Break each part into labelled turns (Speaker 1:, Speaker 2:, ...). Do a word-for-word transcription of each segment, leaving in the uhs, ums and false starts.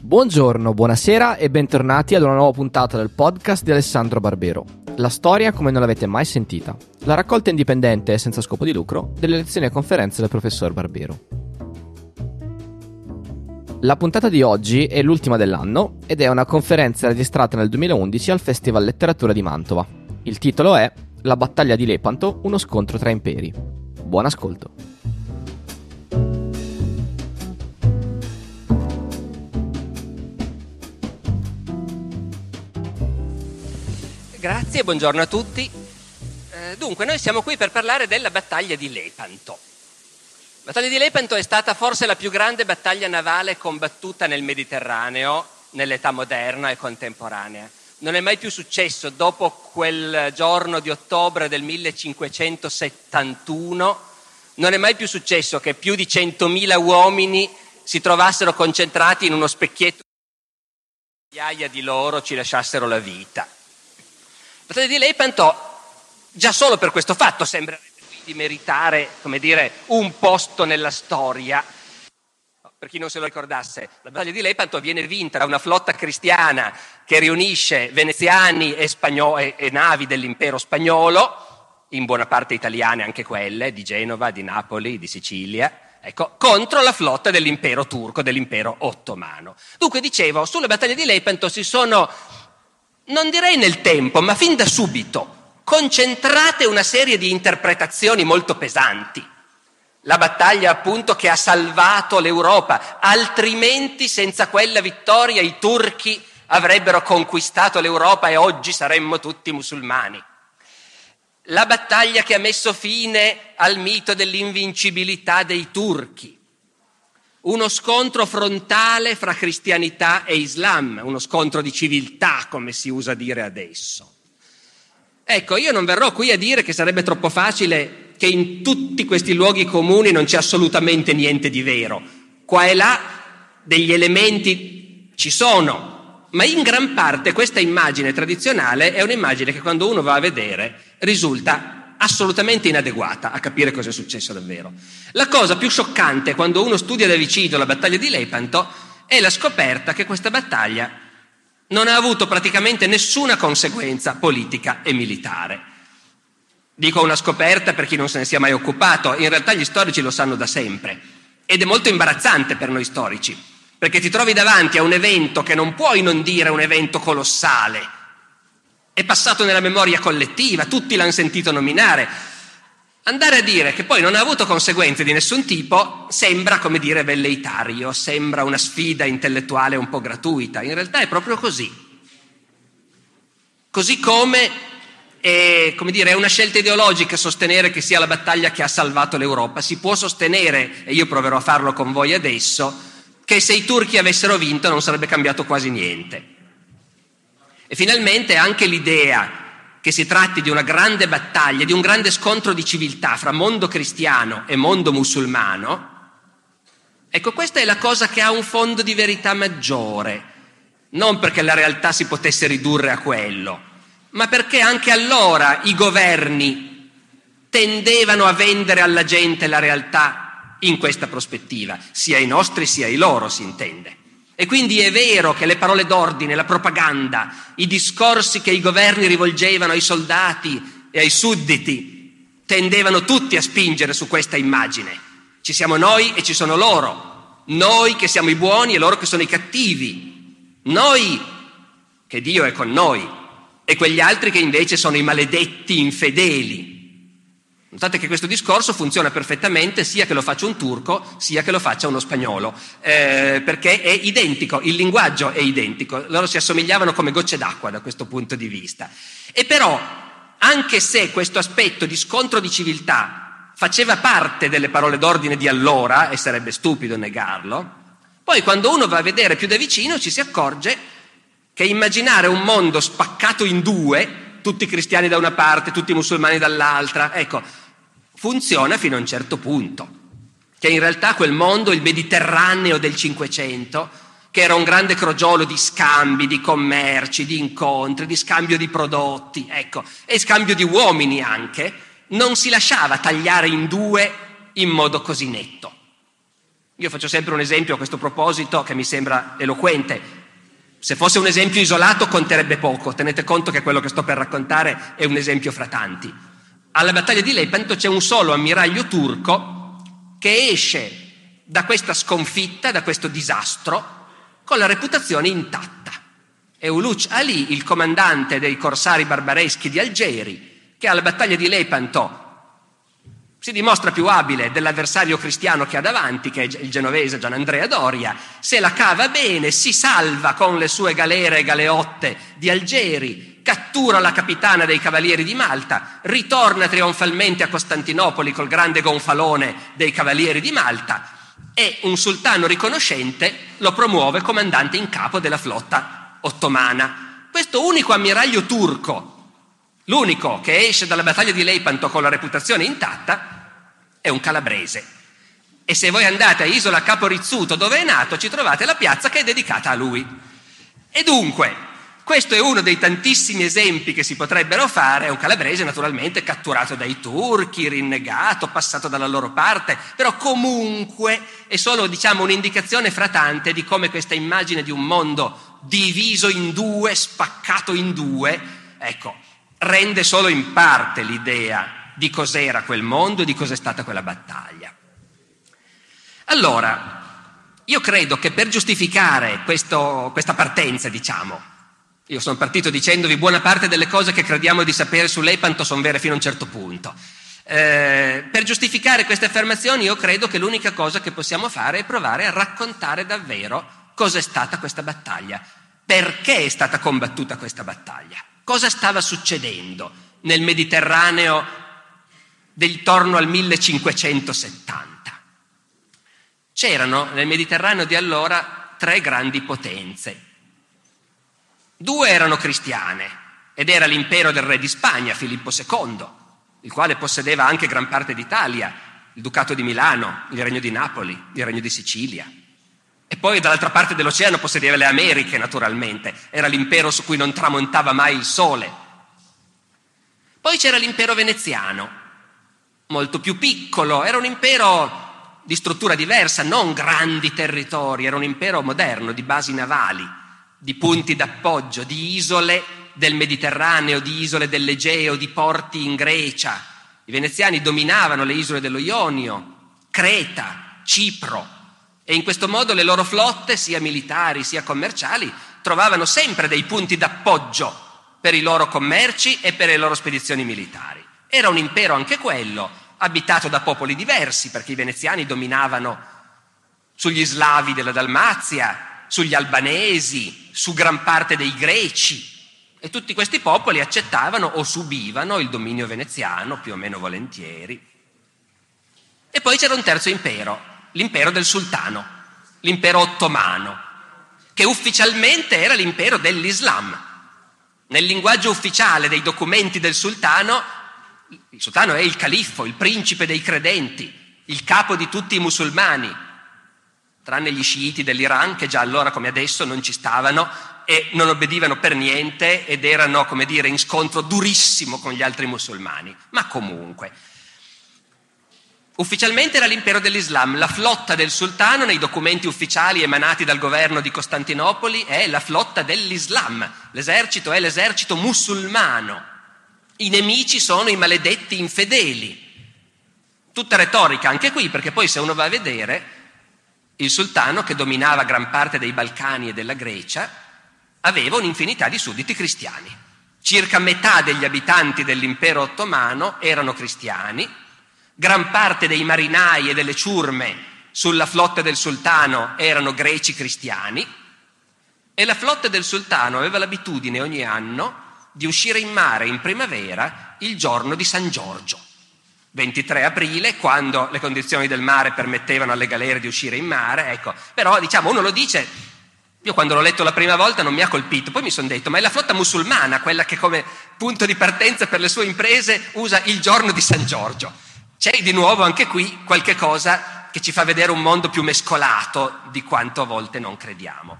Speaker 1: Buongiorno, buonasera e bentornati ad una nuova puntata del podcast di Alessandro Barbero. La storia come non l'avete mai sentita. La raccolta indipendente e senza scopo di lucro delle lezioni e conferenze del professor Barbero. La puntata di oggi è l'ultima dell'anno ed è una conferenza registrata nel duemilaundici al Festival Letteratura di Mantova. Il titolo è La battaglia di Lepanto, uno scontro tra imperi. Buon ascolto.
Speaker 2: Grazie, buongiorno a tutti. Eh, dunque, noi siamo qui per parlare della battaglia di Lepanto. La battaglia di Lepanto è stata forse la più grande battaglia navale combattuta nel Mediterraneo nell'età moderna e contemporanea. Non è mai più successo, dopo quel giorno di ottobre del millecinquecentosettantuno, non è mai più successo che più di centomila uomini si trovassero concentrati in uno specchietto e migliaia di loro ci lasciassero la vita. La battaglia di Lepanto, già solo per questo fatto, sembra di meritare, come dire, un posto nella storia. Per chi non se lo ricordasse, la battaglia di Lepanto viene vinta da una flotta cristiana che riunisce veneziani e, spagno- e, e navi dell'impero spagnolo, in buona parte italiane anche quelle, di Genova, di Napoli, di Sicilia, ecco, contro la flotta dell'impero turco, dell'impero ottomano. Dunque, dicevo, sulle battaglie di Lepanto si sono, non direi nel tempo, ma fin da subito, concentrate una serie di interpretazioni molto pesanti. La battaglia appunto che ha salvato l'Europa, altrimenti senza quella vittoria i turchi avrebbero conquistato l'Europa e oggi saremmo tutti musulmani. La battaglia che ha messo fine al mito dell'invincibilità dei turchi. Uno scontro frontale fra cristianità e Islam, uno scontro di civiltà, come si usa dire adesso. Ecco, io non verrò qui a dire che sarebbe troppo facile che in tutti questi luoghi comuni non c'è assolutamente niente di vero. Qua e là degli elementi ci sono, ma in gran parte questa immagine tradizionale è un'immagine che quando uno va a vedere risulta assolutamente inadeguata a capire cosa è successo davvero. La cosa più scioccante quando uno studia da vicino la battaglia di Lepanto è la scoperta che questa battaglia non ha avuto praticamente nessuna conseguenza politica e militare. Dico una scoperta per chi non se ne sia mai occupato, in realtà gli storici lo sanno da sempre ed è molto imbarazzante per noi storici, perché ti trovi davanti a un evento che non puoi non dire un evento colossale. È passato nella memoria collettiva, tutti l'hanno sentito nominare. Andare a dire che poi non ha avuto conseguenze di nessun tipo sembra, come dire, velleitario, sembra una sfida intellettuale un po' gratuita. In realtà è proprio così. Così come è, come dire, è una scelta ideologica sostenere che sia la battaglia che ha salvato l'Europa. Si può sostenere, e io proverò a farlo con voi adesso, che se i turchi avessero vinto non sarebbe cambiato quasi niente. E finalmente anche l'idea che si tratti di una grande battaglia, di un grande scontro di civiltà fra mondo cristiano e mondo musulmano, ecco, questa è la cosa che ha un fondo di verità maggiore, non perché la realtà si potesse ridurre a quello, ma perché anche allora i governi tendevano a vendere alla gente la realtà in questa prospettiva, sia i nostri sia i loro, si intende. E quindi è vero che le parole d'ordine, la propaganda, i discorsi che i governi rivolgevano ai soldati e ai sudditi tendevano tutti a spingere su questa immagine. Ci siamo noi e ci sono loro. Noi che siamo i buoni e loro che sono i cattivi. Noi che Dio è con noi e quegli altri che invece sono i maledetti infedeli. Notate che questo discorso funziona perfettamente sia che lo faccia un turco sia che lo faccia uno spagnolo, eh, perché è identico, il linguaggio è identico, loro si assomigliavano come gocce d'acqua da questo punto di vista. E però, anche se questo aspetto di scontro di civiltà faceva parte delle parole d'ordine di allora, e sarebbe stupido negarlo, poi quando uno va a vedere più da vicino ci si accorge che immaginare un mondo spaccato in due, tutti cristiani da una parte, tutti musulmani dall'altra, ecco, funziona fino a un certo punto, che in realtà quel mondo, il Mediterraneo del Cinquecento, che era un grande crogiolo di scambi, di commerci, di incontri, di scambio di prodotti, ecco, e scambio di uomini anche, non si lasciava tagliare in due in modo così netto. Io faccio sempre un esempio a questo proposito che mi sembra eloquente. Se fosse un esempio isolato conterebbe poco, tenete conto che quello che sto per raccontare è un esempio fra tanti. Alla battaglia di Lepanto c'è un solo ammiraglio turco che esce da questa sconfitta, da questo disastro, con la reputazione intatta. Euluc Ali, il comandante dei corsari barbareschi di Algeri, che alla battaglia di Lepanto si dimostra più abile dell'avversario cristiano che ha davanti, che è il genovese Gianandrea Doria, se la cava bene, si salva con le sue galere e galeotte di Algeri, cattura la capitana dei cavalieri di Malta, ritorna trionfalmente a Costantinopoli col grande gonfalone dei cavalieri di Malta e un sultano riconoscente lo promuove comandante in capo della flotta ottomana. Questo unico ammiraglio turco, l'unico che esce dalla battaglia di Lepanto con la reputazione intatta, è un calabrese. E se voi andate a Isola Capo Rizzuto, dove è nato, ci trovate la piazza che è dedicata a lui. E dunque, questo è uno dei tantissimi esempi che si potrebbero fare. È un calabrese naturalmente catturato dai turchi, rinnegato, passato dalla loro parte, però comunque è solo, diciamo, un'indicazione fra tante di come questa immagine di un mondo diviso in due, spaccato in due, ecco, rende solo in parte l'idea di cos'era quel mondo e di cos'è stata quella battaglia. Allora, io credo che per giustificare questo, questa partenza, diciamo, io sono partito dicendovi buona parte delle cose che crediamo di sapere su Lepanto sono vere fino a un certo punto. Eh, per giustificare queste affermazioni io credo che l'unica cosa che possiamo fare è provare a raccontare davvero cos'è stata questa battaglia, perché è stata combattuta questa battaglia, cosa stava succedendo nel Mediterraneo intorno al millecinquecentosettanta. C'erano nel Mediterraneo di allora tre grandi potenze. Due erano cristiane ed era l'impero del re di Spagna, Filippo secondo, il quale possedeva anche gran parte d'Italia, il Ducato di Milano, il Regno di Napoli, il Regno di Sicilia. E poi dall'altra parte dell'oceano possedeva le Americhe, naturalmente. Era l'impero su cui non tramontava mai il sole. Poi c'era l'impero veneziano, molto più piccolo, era un impero di struttura diversa, non grandi territori, era un impero moderno, di basi navali, di punti d'appoggio, di isole del Mediterraneo, di isole dell'Egeo, di porti in Grecia. I veneziani dominavano le isole dello Ionio, Creta, Cipro, e in questo modo le loro flotte, sia militari sia commerciali, trovavano sempre dei punti d'appoggio per i loro commerci e per le loro spedizioni militari. Era un impero anche quello, abitato da popoli diversi, perché i veneziani dominavano sugli slavi della Dalmazia, sugli albanesi, su gran parte dei greci, e tutti questi popoli accettavano o subivano il dominio veneziano più o meno volentieri. E poi c'era un terzo impero, l'impero del sultano, l'impero ottomano, che ufficialmente era l'impero dell'Islam. Nel linguaggio ufficiale dei documenti del sultano, il sultano è il califfo, il principe dei credenti, il capo di tutti i musulmani, tranne gli sciiti dell'Iran, che già allora come adesso non ci stavano e non obbedivano per niente ed erano, come dire, in scontro durissimo con gli altri musulmani. Ma comunque, ufficialmente era l'impero dell'Islam. La flotta del sultano nei documenti ufficiali emanati dal governo di Costantinopoli è la flotta dell'Islam. L'esercito è l'esercito musulmano. I nemici sono i maledetti infedeli. Tutta retorica anche qui, perché poi se uno va a vedere, il sultano, che dominava gran parte dei Balcani e della Grecia, aveva un'infinità di sudditi cristiani. Circa metà degli abitanti dell'impero ottomano erano cristiani, gran parte dei marinai e delle ciurme sulla flotta del sultano erano greci cristiani, e la flotta del sultano aveva l'abitudine ogni anno di uscire in mare in primavera il giorno di San Giorgio, ventitré aprile, quando le condizioni del mare permettevano alle galere di uscire in mare, ecco. Però diciamo, uno lo dice, io quando l'ho letto la prima volta non mi ha colpito, poi mi sono detto, ma è la flotta musulmana quella che come punto di partenza per le sue imprese usa il giorno di San Giorgio. C'è di nuovo anche qui qualche cosa che ci fa vedere un mondo più mescolato di quanto a volte non crediamo.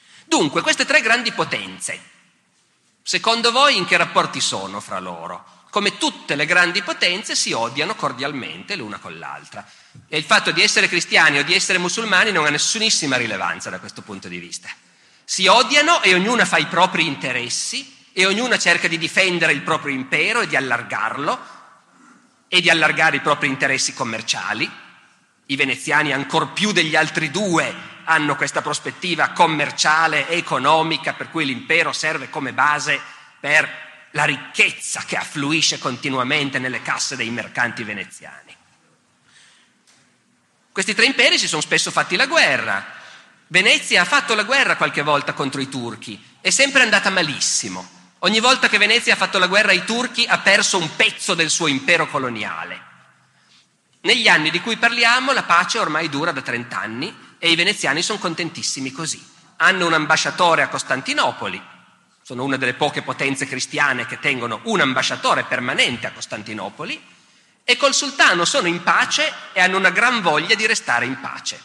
Speaker 2: Dunque, queste tre grandi potenze, secondo voi in che rapporti sono fra loro? come tutte le grandi potenze, si odiano cordialmente l'una con l'altra. E il fatto di essere cristiani o di essere musulmani non ha nessunissima rilevanza da questo punto di vista. Si odiano e ognuna fa i propri interessi e ognuna cerca di difendere il proprio impero e di allargarlo e di allargare i propri interessi commerciali. I veneziani, ancor più degli altri due, hanno questa prospettiva commerciale e economica, per cui l'impero serve come base per la ricchezza che affluisce continuamente nelle casse dei mercanti veneziani. Questi tre imperi si sono spesso fatti la guerra. Venezia ha fatto la guerra qualche volta contro i turchi, è sempre andata malissimo. Ogni volta che Venezia ha fatto la guerra ai turchi ha perso un pezzo del suo impero coloniale. Negli anni di cui parliamo la pace ormai dura da trent'anni e i veneziani sono contentissimi così. Hanno un ambasciatore a Costantinopoli, sono una delle poche potenze cristiane che tengono un ambasciatore permanente a Costantinopoli, e col sultano sono in pace e hanno una gran voglia di restare in pace.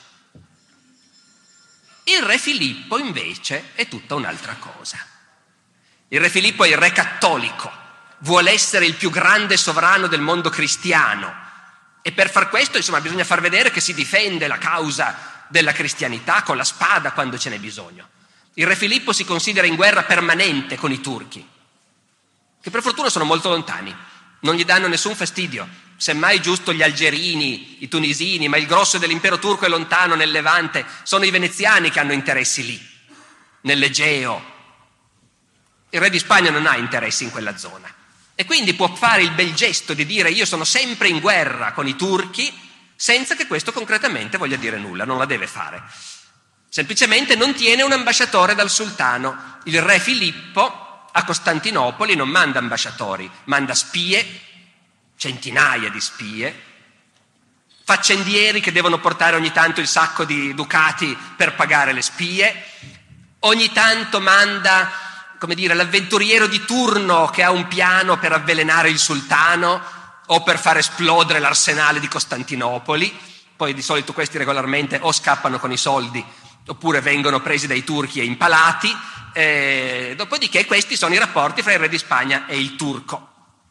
Speaker 2: Il re Filippo invece è tutta un'altra cosa. Il re Filippo è il re cattolico, vuole essere il più grande sovrano del mondo cristiano e per far questo, insomma, bisogna far vedere che si difende la causa della cristianità con la spada quando ce n'è bisogno. Il re Filippo si considera in guerra permanente con i turchi, che per fortuna sono molto lontani, non gli danno nessun fastidio, semmai giusto gli algerini, i tunisini, ma il grosso dell'impero turco è lontano nel Levante, sono i veneziani che hanno interessi lì, nell'Egeo. Il re di Spagna non ha interessi in quella zona e quindi può fare il bel gesto di dire io sono sempre in guerra con i turchi senza che questo concretamente voglia dire nulla, non la deve fare. Semplicemente non tiene un ambasciatore dal sultano. Il re Filippo a Costantinopoli non manda ambasciatori, manda spie, centinaia di spie, faccendieri che devono portare ogni tanto il sacco di ducati per pagare le spie, ogni tanto manda, come dire, l'avventuriero di turno che ha un piano per avvelenare il sultano o per far esplodere l'arsenale di Costantinopoli. Poi di solito questi regolarmente o scappano con i soldi oppure vengono presi dai turchi e impalati. Eh, dopodiché questi sono i rapporti fra il re di Spagna e il turco.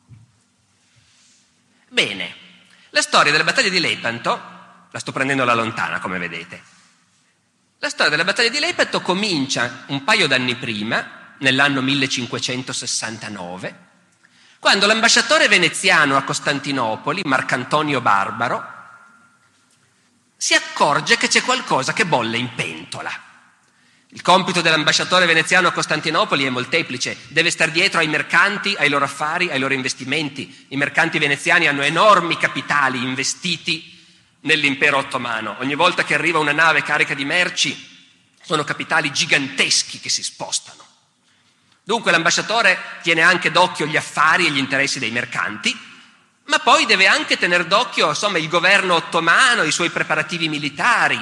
Speaker 2: Bene, la storia della battaglia di Lepanto, la sto prendendo alla lontana come vedete, la storia della battaglia di Lepanto comincia un paio d'anni prima, nell'anno millecinquecentosessantanove, quando l'ambasciatore veneziano a Costantinopoli, Marcantonio Barbaro, si accorge che c'è qualcosa che bolle in pentola. Il compito dell'ambasciatore veneziano a Costantinopoli è molteplice, deve star dietro ai mercanti, ai loro affari, ai loro investimenti. I mercanti veneziani hanno enormi capitali investiti nell'impero ottomano. Ogni volta che arriva una nave carica di merci, sono capitali giganteschi che si spostano. Dunque l'ambasciatore tiene anche d'occhio gli affari e gli interessi dei mercanti, ma poi deve anche tener d'occhio, insomma, il governo ottomano, i suoi preparativi militari.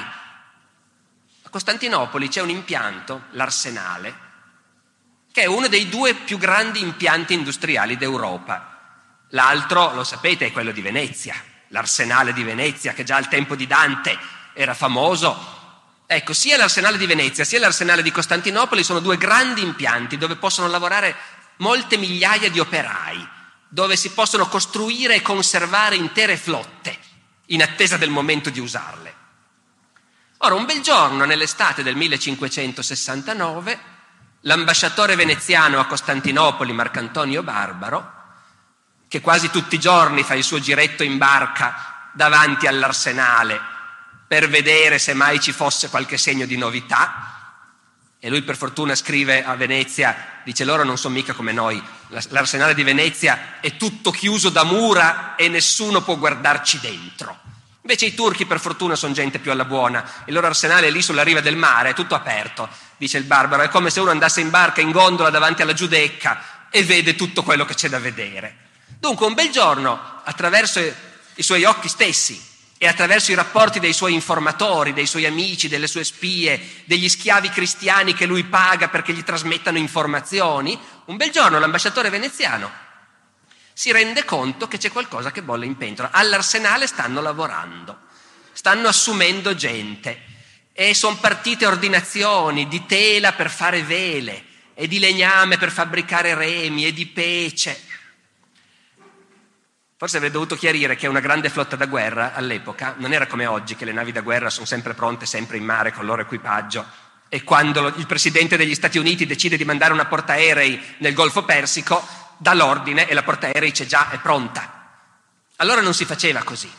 Speaker 2: A Costantinopoli c'è un impianto, l'Arsenale, che è uno dei due più grandi impianti industriali d'Europa. L'altro, lo sapete, è quello di Venezia, l'Arsenale di Venezia, che già al tempo di Dante era famoso. Ecco, sia l'Arsenale di Venezia sia l'Arsenale di Costantinopoli sono due grandi impianti dove possono lavorare molte migliaia di operai, dove si possono costruire e conservare intere flotte in attesa del momento di usarle. Ora, un bel giorno nell'estate del millecinquecentosessantanove, l'ambasciatore veneziano a Costantinopoli, Marcantonio Barbaro, che quasi tutti i giorni fa il suo giretto in barca davanti all'Arsenale per vedere se mai ci fosse qualche segno di novità, e lui per fortuna scrive a Venezia, dice loro non sono mica come noi, l'Arsenale di Venezia è tutto chiuso da mura e nessuno può guardarci dentro. Invece i turchi per fortuna sono gente più alla buona, il loro arsenale è lì sulla riva del mare, è tutto aperto, dice il Barbaro, è come se uno andasse in barca in gondola davanti alla Giudecca e vede tutto quello che c'è da vedere. Dunque un bel giorno, attraverso i suoi occhi stessi e attraverso i rapporti dei suoi informatori, dei suoi amici, delle sue spie, degli schiavi cristiani che lui paga perché gli trasmettano informazioni, un bel giorno l'ambasciatore veneziano si rende conto che c'è qualcosa che bolle in pentola. All'Arsenale stanno lavorando, stanno assumendo gente e sono partite ordinazioni di tela per fare vele e di legname per fabbricare remi e di pece. Forse avrei dovuto chiarire che una grande flotta da guerra all'epoca non era come oggi, che le navi da guerra sono sempre pronte, sempre in mare con il loro equipaggio, e quando il presidente degli Stati Uniti decide di mandare una portaerei nel Golfo Persico, dà l'ordine e la portaerei c'è già, è pronta. Allora non si faceva così.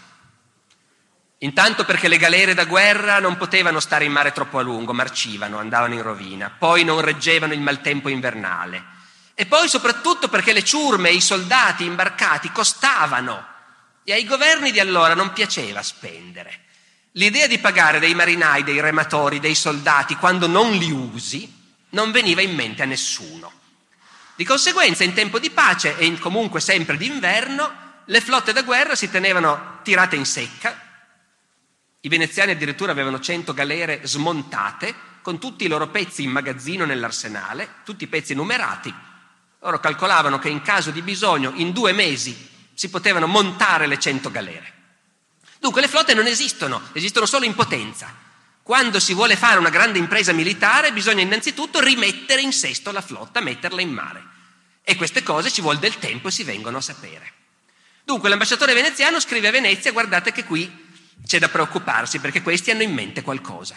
Speaker 2: Intanto perché le galere da guerra non potevano stare in mare troppo a lungo, marcivano, andavano in rovina, poi non reggevano il maltempo invernale. E poi soprattutto perché le ciurme e i soldati imbarcati costavano e ai governi di allora non piaceva spendere. L'idea di pagare dei marinai, dei rematori, dei soldati quando non li usi non veniva in mente a nessuno. Di conseguenza, in tempo di pace e in comunque sempre d'inverno, le flotte da guerra si tenevano tirate in secca. I veneziani addirittura avevano cento galere smontate con tutti i loro pezzi in magazzino nell'arsenale, tutti i pezzi numerati. Loro calcolavano che in caso di bisogno, in due mesi, si potevano montare le cento galere. Dunque le flotte non esistono, esistono solo in potenza. Quando si vuole fare una grande impresa militare bisogna innanzitutto rimettere in sesto la flotta, metterla in mare. E queste cose ci vuole del tempo e si vengono a sapere. Dunque l'ambasciatore veneziano scrive a Venezia: guardate che qui c'è da preoccuparsi perché questi hanno in mente qualcosa.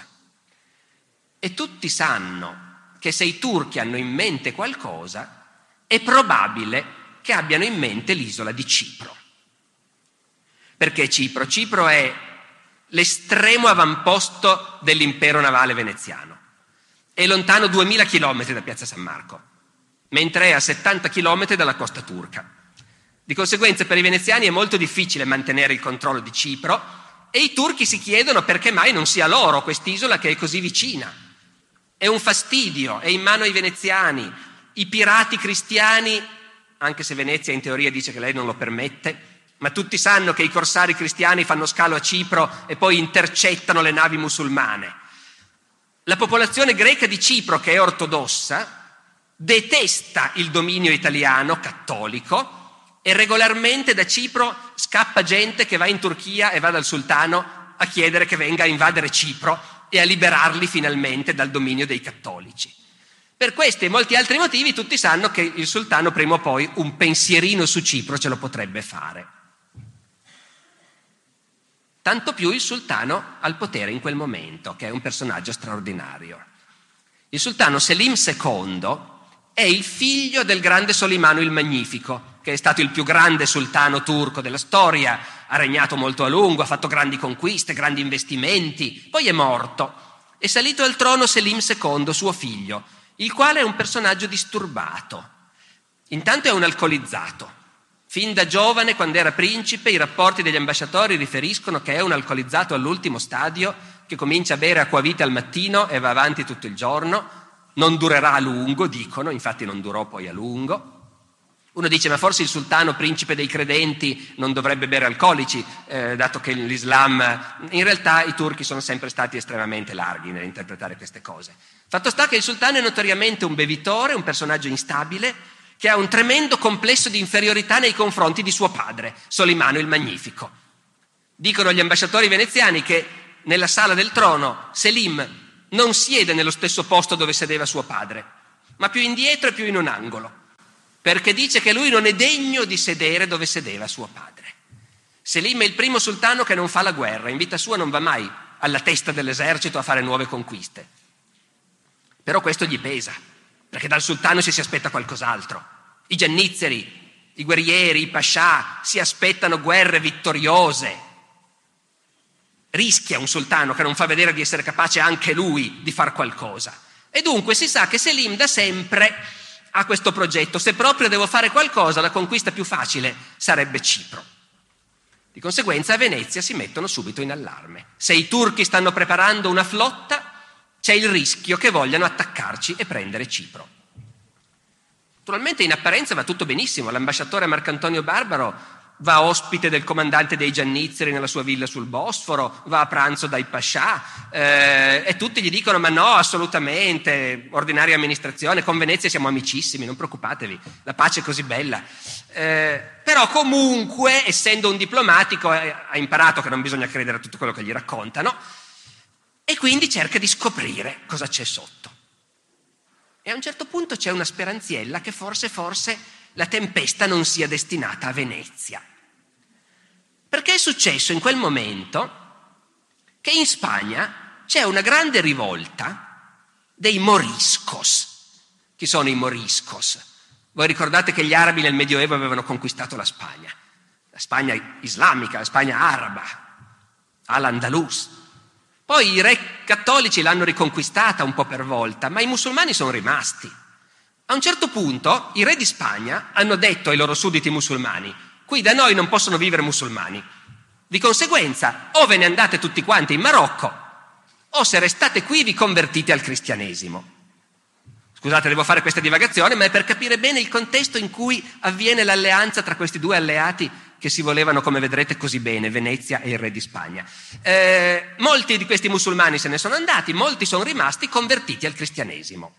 Speaker 2: E tutti sanno che se i turchi hanno in mente qualcosa, è probabile che abbiano in mente l'isola di Cipro. Perché Cipro? Cipro è l'estremo avamposto dell'impero navale veneziano. È lontano duemila chilometri da Piazza San Marco, mentre è a settanta chilometri dalla costa turca. Di conseguenza per i veneziani è molto difficile mantenere il controllo di Cipro e i turchi si chiedono perché mai non sia loro quest'isola che è così vicina. È un fastidio, è in mano ai veneziani. I pirati cristiani, anche se Venezia in teoria dice che lei non lo permette, ma tutti sanno che i corsari cristiani fanno scalo a Cipro e poi intercettano le navi musulmane. La popolazione greca di Cipro, che è ortodossa, detesta il dominio italiano cattolico e regolarmente da Cipro scappa gente che va in Turchia e va dal sultano a chiedere che venga a invadere Cipro e a liberarli finalmente dal dominio dei cattolici. Per questi e molti altri motivi tutti sanno che il sultano prima o poi un pensierino su Cipro ce lo potrebbe fare. Tanto più il sultano al potere in quel momento, che è un personaggio straordinario. Il sultano Selim secondo è il figlio del grande Solimano il Magnifico, che è stato il più grande sultano turco della storia, ha regnato molto a lungo, ha fatto grandi conquiste, grandi investimenti, poi è morto. È salito al trono Selim secondo, suo figlio, il quale è un personaggio disturbato. Intanto è un alcolizzato. Fin da giovane, quando era principe, i rapporti degli ambasciatori riferiscono che è un alcolizzato all'ultimo stadio, che comincia a bere acquavite al mattino e va avanti tutto il giorno. Non durerà a lungo, dicono, infatti non durò poi a lungo. Uno dice, ma forse il sultano, principe dei credenti, non dovrebbe bere alcolici, eh, dato che l'Islam... In realtà i turchi sono sempre stati estremamente larghi nell'interpretare queste cose. Fatto sta che il sultano è notoriamente un bevitore, un personaggio instabile, che ha un tremendo complesso di inferiorità nei confronti di suo padre, Solimano il Magnifico. Dicono gli ambasciatori veneziani che nella sala del trono Selim non siede nello stesso posto dove sedeva suo padre, ma più indietro e più in un angolo, perché dice che lui non è degno di sedere dove sedeva suo padre. Selim è il primo sultano che non fa la guerra, in vita sua non va mai alla testa dell'esercito a fare nuove conquiste. Però questo gli pesa, perché dal sultano ci si aspetta qualcos'altro. I giannizzeri, i guerrieri, i pascià si aspettano guerre vittoriose. Rischia un sultano che non fa vedere di essere capace anche lui di far qualcosa. E dunque si sa che Selim da sempre ha questo progetto: se proprio devo fare qualcosa, la conquista più facile sarebbe Cipro. Di conseguenza a Venezia si mettono subito in allarme. Se i turchi stanno preparando una flotta, c'è il rischio che vogliano attaccarci e prendere Cipro. Naturalmente in apparenza va tutto benissimo, l'ambasciatore Marcantonio Barbaro va ospite del comandante dei giannizzeri nella sua villa sul Bosforo, va a pranzo dai pascià eh, e tutti gli dicono ma no, assolutamente, ordinaria amministrazione, con Venezia siamo amicissimi, non preoccupatevi, la pace è così bella. Eh, però comunque, essendo un diplomatico, eh, ha imparato che non bisogna credere a tutto quello che gli raccontano e quindi cerca di scoprire cosa c'è sotto. E a un certo punto c'è una speranziella che forse, forse la tempesta non sia destinata a Venezia. Perché è successo in quel momento che in Spagna c'è una grande rivolta dei moriscos. Chi sono i moriscos? Voi ricordate che gli arabi nel Medioevo avevano conquistato la Spagna, la Spagna islamica, la Spagna araba, al-Andalus. Poi i re cattolici l'hanno riconquistata un po' per volta, ma i musulmani sono rimasti. A un certo punto i re di Spagna hanno detto ai loro sudditi musulmani: qui da noi non possono vivere musulmani, di conseguenza o ve ne andate tutti quanti in Marocco o se restate qui vi convertite al cristianesimo. Scusate, devo fare questa divagazione, ma è per capire bene il contesto in cui avviene l'alleanza tra questi due alleati che si volevano, come vedrete, così bene, Venezia e il re di Spagna. Eh, molti di questi musulmani se ne sono andati, molti sono rimasti convertiti al cristianesimo.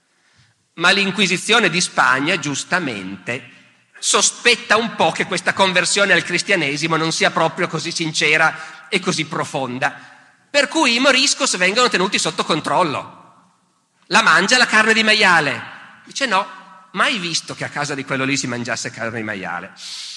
Speaker 2: Ma l'Inquisizione di Spagna, giustamente, sospetta un po' che questa conversione al cristianesimo non sia proprio così sincera e così profonda, per cui i moriscos vengono tenuti sotto controllo. La mangia la carne di maiale? Dice no, mai visto che a casa di quello lì si mangiasse carne di maiale.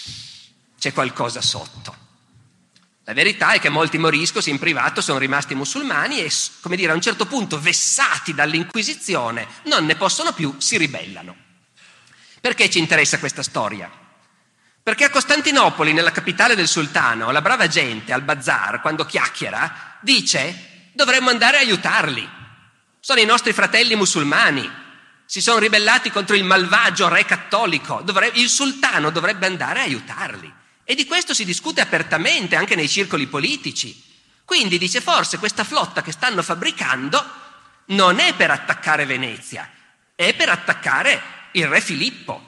Speaker 2: C'è qualcosa sotto. La verità è che molti moriscos in privato sono rimasti musulmani e, come dire, a un certo punto, vessati dall'Inquisizione, non ne possono più, si ribellano. Perché ci interessa questa storia? Perché a Costantinopoli, nella capitale del sultano, la brava gente al bazar, quando chiacchiera, dice: dovremmo andare a aiutarli. Sono i nostri fratelli musulmani, si sono ribellati contro il malvagio re cattolico, dovre- il sultano dovrebbe andare a aiutarli. E di questo si discute apertamente anche nei circoli politici. Quindi dice: forse questa flotta che stanno fabbricando non è per attaccare Venezia, è per attaccare il re Filippo.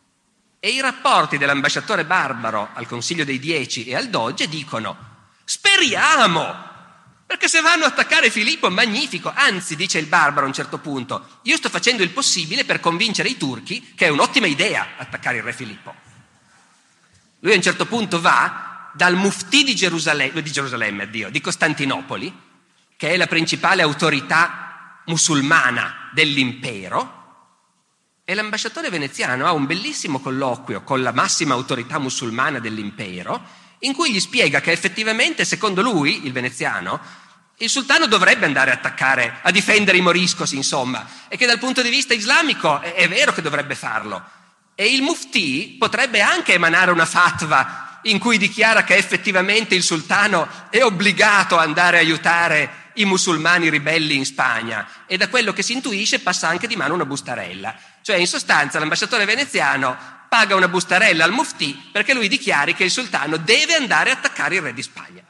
Speaker 2: E i rapporti dell'ambasciatore Barbaro al Consiglio dei Dieci e al Doge dicono: speriamo! Perché se vanno a attaccare Filippo, magnifico. Anzi, dice il Barbaro a un certo punto: io sto facendo il possibile per convincere i turchi che è un'ottima idea attaccare il re Filippo. Lui a un certo punto va dal muftì di Gerusalemme, di Gerusalemme, addio, di Costantinopoli, che è la principale autorità musulmana dell'impero, e l'ambasciatore veneziano ha un bellissimo colloquio con la massima autorità musulmana dell'impero, in cui gli spiega che effettivamente, secondo lui, il veneziano, il sultano dovrebbe andare a attaccare, a difendere i moriscos, insomma, e che dal punto di vista islamico è, è vero che dovrebbe farlo. E il muftì potrebbe anche emanare una fatwa in cui dichiara che effettivamente il sultano è obbligato a andare a aiutare i musulmani ribelli in Spagna, e da quello che si intuisce passa anche di mano una bustarella. Cioè, in sostanza, l'ambasciatore veneziano paga una bustarella al muftì perché lui dichiari che il sultano deve andare a attaccare il re di Spagna.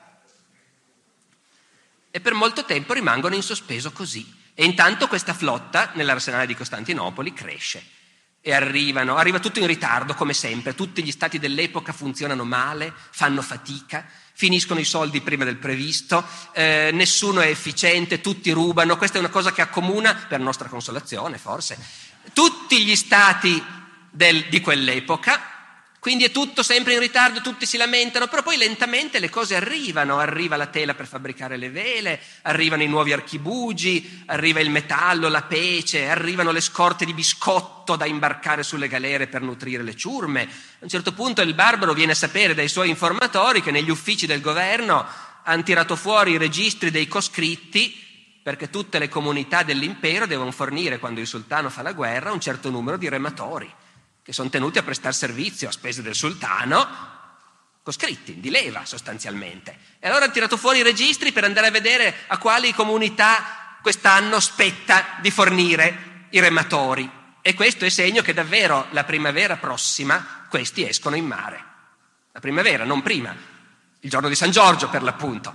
Speaker 2: E per molto tempo rimangono in sospeso così. E intanto questa flotta nell'arsenale di Costantinopoli cresce. E arrivano, arriva tutto in ritardo come sempre, tutti gli stati dell'epoca funzionano male, fanno fatica, finiscono i soldi prima del previsto, eh, nessuno è efficiente, tutti rubano. Questa è una cosa che accomuna, per nostra consolazione forse, tutti gli stati del, di quell'epoca. Quindi è tutto sempre in ritardo, tutti si lamentano, però poi lentamente le cose arrivano, arriva la tela per fabbricare le vele, arrivano i nuovi archibugi, arriva il metallo, la pece, arrivano le scorte di biscotto da imbarcare sulle galere per nutrire le ciurme. A un certo punto il Barbaro viene a sapere dai suoi informatori che negli uffici del governo hanno tirato fuori i registri dei coscritti, perché tutte le comunità dell'impero devono fornire, quando il sultano fa la guerra, un certo numero di rematori, che sono tenuti a prestare servizio a spese del sultano, coscritti, di leva sostanzialmente. E allora hanno tirato fuori i registri per andare a vedere a quali comunità quest'anno spetta di fornire i rematori. E questo è segno che davvero la primavera prossima questi escono in mare. La primavera, non prima, il giorno di San Giorgio per l'appunto.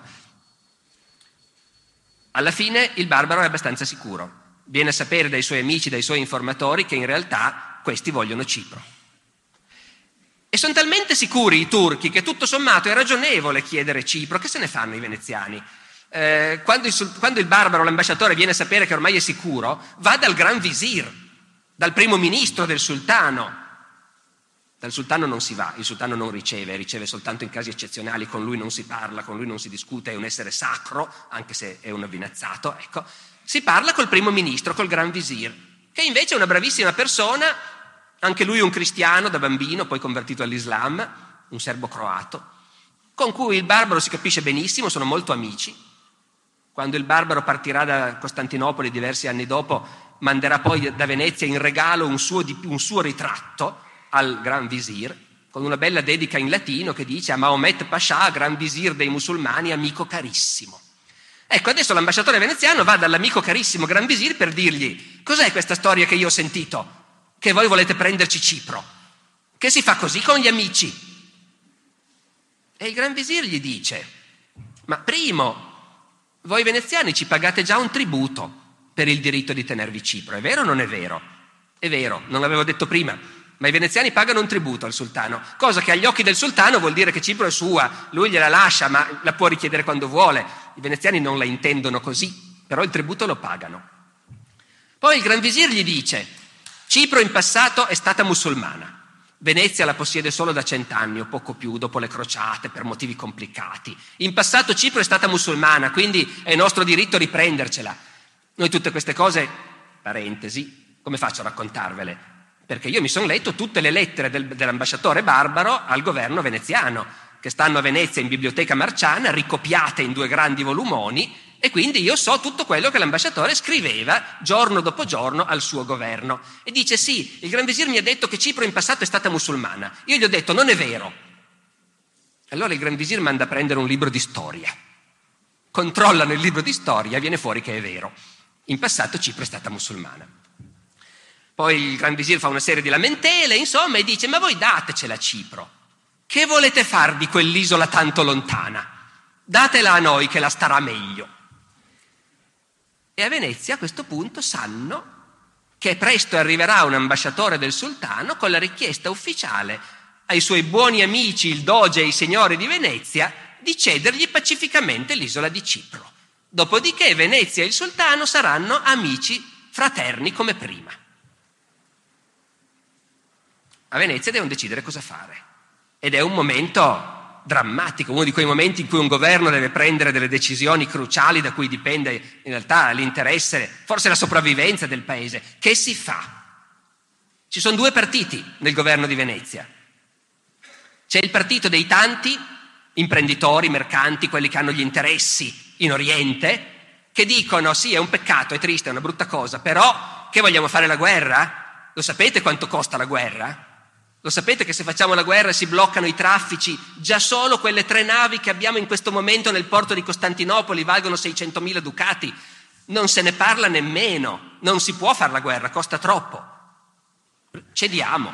Speaker 2: Alla fine il Barbaro è abbastanza sicuro. Viene a sapere dai suoi amici, dai suoi informatori, che in realtà questi vogliono Cipro. E sono talmente sicuri i turchi che tutto sommato è ragionevole chiedere Cipro. Che se ne fanno i veneziani? Eh, quando, il, quando il Barbaro, l'ambasciatore, viene a sapere che ormai è sicuro, va dal Gran Visir, dal primo ministro del sultano. Dal sultano non si va, il sultano non riceve, riceve soltanto in casi eccezionali, con lui non si parla, con lui non si discute, è un essere sacro, anche se è un avvinazzato, ecco. Si parla col primo ministro, col Gran Visir, che invece è una bravissima persona, anche lui un cristiano da bambino, poi convertito all'Islam, un serbo croato, con cui il Barbaro si capisce benissimo, sono molto amici. Quando il Barbaro partirà da Costantinopoli diversi anni dopo, manderà poi da Venezia in regalo un suo, un suo ritratto al Gran Visir, con una bella dedica in latino che dice: a Maomet Pascià, Gran Visir dei musulmani, amico carissimo. Ecco, adesso l'ambasciatore veneziano va dall'amico carissimo Gran Visir per dirgli: cos'è questa storia che io ho sentito? Che voi volete prenderci Cipro? Che si fa così con gli amici? E il Gran Visir gli dice: ma primo, voi veneziani ci pagate già un tributo per il diritto di tenervi Cipro, è vero o non è vero? È vero, non l'avevo detto prima, ma i veneziani pagano un tributo al sultano, cosa che agli occhi del sultano vuol dire che Cipro è sua, lui gliela lascia, ma la può richiedere quando vuole. I veneziani non la intendono così, però il tributo lo pagano. Poi il Gran Visir gli dice: Cipro in passato è stata musulmana, Venezia la possiede solo da cent'anni o poco più, dopo le crociate, per motivi complicati. In passato Cipro è stata musulmana, quindi è nostro diritto riprendercela. Noi tutte queste cose, parentesi, come faccio a raccontarvele? Perché io mi sono letto tutte le lettere del, dell'ambasciatore Barbaro al governo veneziano, che stanno a Venezia in Biblioteca Marciana, ricopiate in due grandi volumoni, e quindi io so tutto quello che l'ambasciatore scriveva giorno dopo giorno al suo governo. E dice: sì, il Gran Visir mi ha detto che Cipro in passato è stata musulmana. Io gli ho detto: non è vero. Allora il Gran Visir manda a prendere un libro di storia. Controllano il libro di storia e viene fuori che è vero. In passato Cipro è stata musulmana. Poi il Gran Visir fa una serie di lamentele, insomma, e dice: ma voi datecela Cipro. Che volete far di quell'isola tanto lontana? Datela a noi che la starà meglio. E a Venezia a questo punto sanno che presto arriverà un ambasciatore del sultano con la richiesta ufficiale ai suoi buoni amici, il doge e i signori di Venezia, di cedergli pacificamente l'isola di Cipro. Dopodiché Venezia e il sultano saranno amici fraterni come prima. A Venezia devono decidere cosa fare. Ed è un momento drammatico, uno di quei momenti in cui un governo deve prendere delle decisioni cruciali da cui dipende in realtà l'interesse, forse la sopravvivenza del paese. Che si fa? Ci sono due partiti nel governo di Venezia. C'è il partito dei tanti imprenditori, mercanti, quelli che hanno gli interessi in Oriente, che dicono: sì, è un peccato, è triste, è una brutta cosa, però che vogliamo fare la guerra? Lo sapete quanto costa la guerra? Lo sapete che se facciamo la guerra si bloccano i traffici? Già solo quelle tre navi che abbiamo in questo momento nel porto di Costantinopoli valgono seicentomila ducati. Non se ne parla nemmeno. Non si può fare la guerra, costa troppo. Cediamo.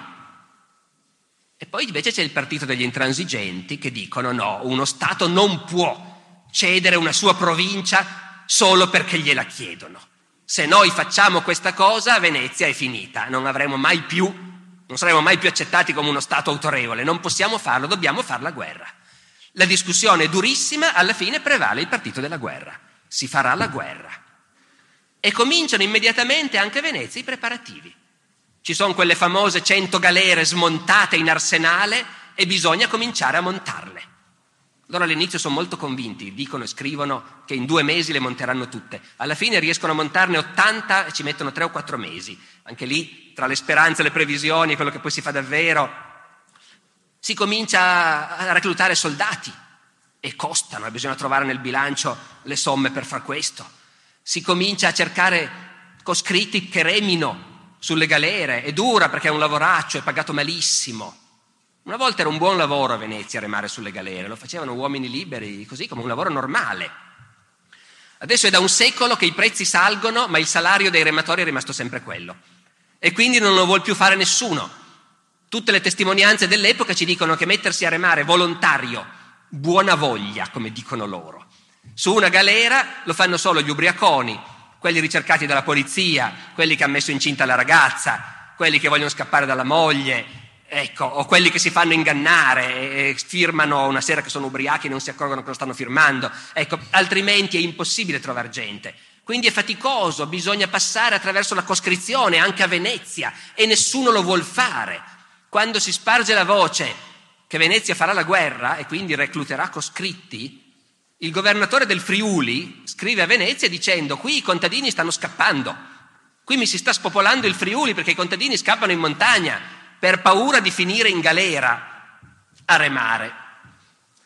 Speaker 2: E poi invece c'è il partito degli intransigenti che dicono: no, uno Stato non può cedere una sua provincia solo perché gliela chiedono. Se noi facciamo questa cosa, Venezia è finita, non avremo mai più Non saremo mai più accettati come uno Stato autorevole, non possiamo farlo, dobbiamo fare la guerra. La discussione è durissima, alla fine prevale il partito della guerra. Si farà la guerra. E cominciano immediatamente anche a Venezia i preparativi. Ci sono quelle famose cento galere smontate in arsenale e bisogna cominciare a montarle. Loro all'inizio sono molto convinti, dicono e scrivono che in due mesi le monteranno tutte. Alla fine riescono a montarne ottanta e ci mettono tre o quattro mesi. Anche lì, tra le speranze, le previsioni, quello che poi si fa davvero, si comincia a reclutare soldati e costano, e bisogna trovare nel bilancio le somme per far questo. Si comincia a cercare coscritti che remino sulle galere, è dura perché è un lavoraccio, è pagato malissimo. Una volta era un buon lavoro a Venezia remare sulle galere, lo facevano uomini liberi, così come un lavoro normale. Adesso è da un secolo che i prezzi salgono, ma il salario dei rematori è rimasto sempre quello. E quindi non lo vuol più fare nessuno. Tutte le testimonianze dell'epoca ci dicono che mettersi a remare volontario, buona voglia, come dicono loro, su una galera lo fanno solo gli ubriaconi, quelli ricercati dalla polizia, quelli che hanno messo incinta la ragazza, quelli che vogliono scappare dalla moglie, ecco, o quelli che si fanno ingannare e firmano una sera che sono ubriachi e non si accorgono che lo stanno firmando. Ecco, altrimenti è impossibile trovare gente. Quindi è faticoso, bisogna passare attraverso la coscrizione anche a Venezia e nessuno lo vuol fare. Quando si sparge la voce che Venezia farà la guerra e quindi recluterà coscritti, il governatore del Friuli scrive a Venezia dicendo: qui i contadini stanno scappando, qui mi si sta spopolando il Friuli perché i contadini scappano in montagna per paura di finire in galera a remare.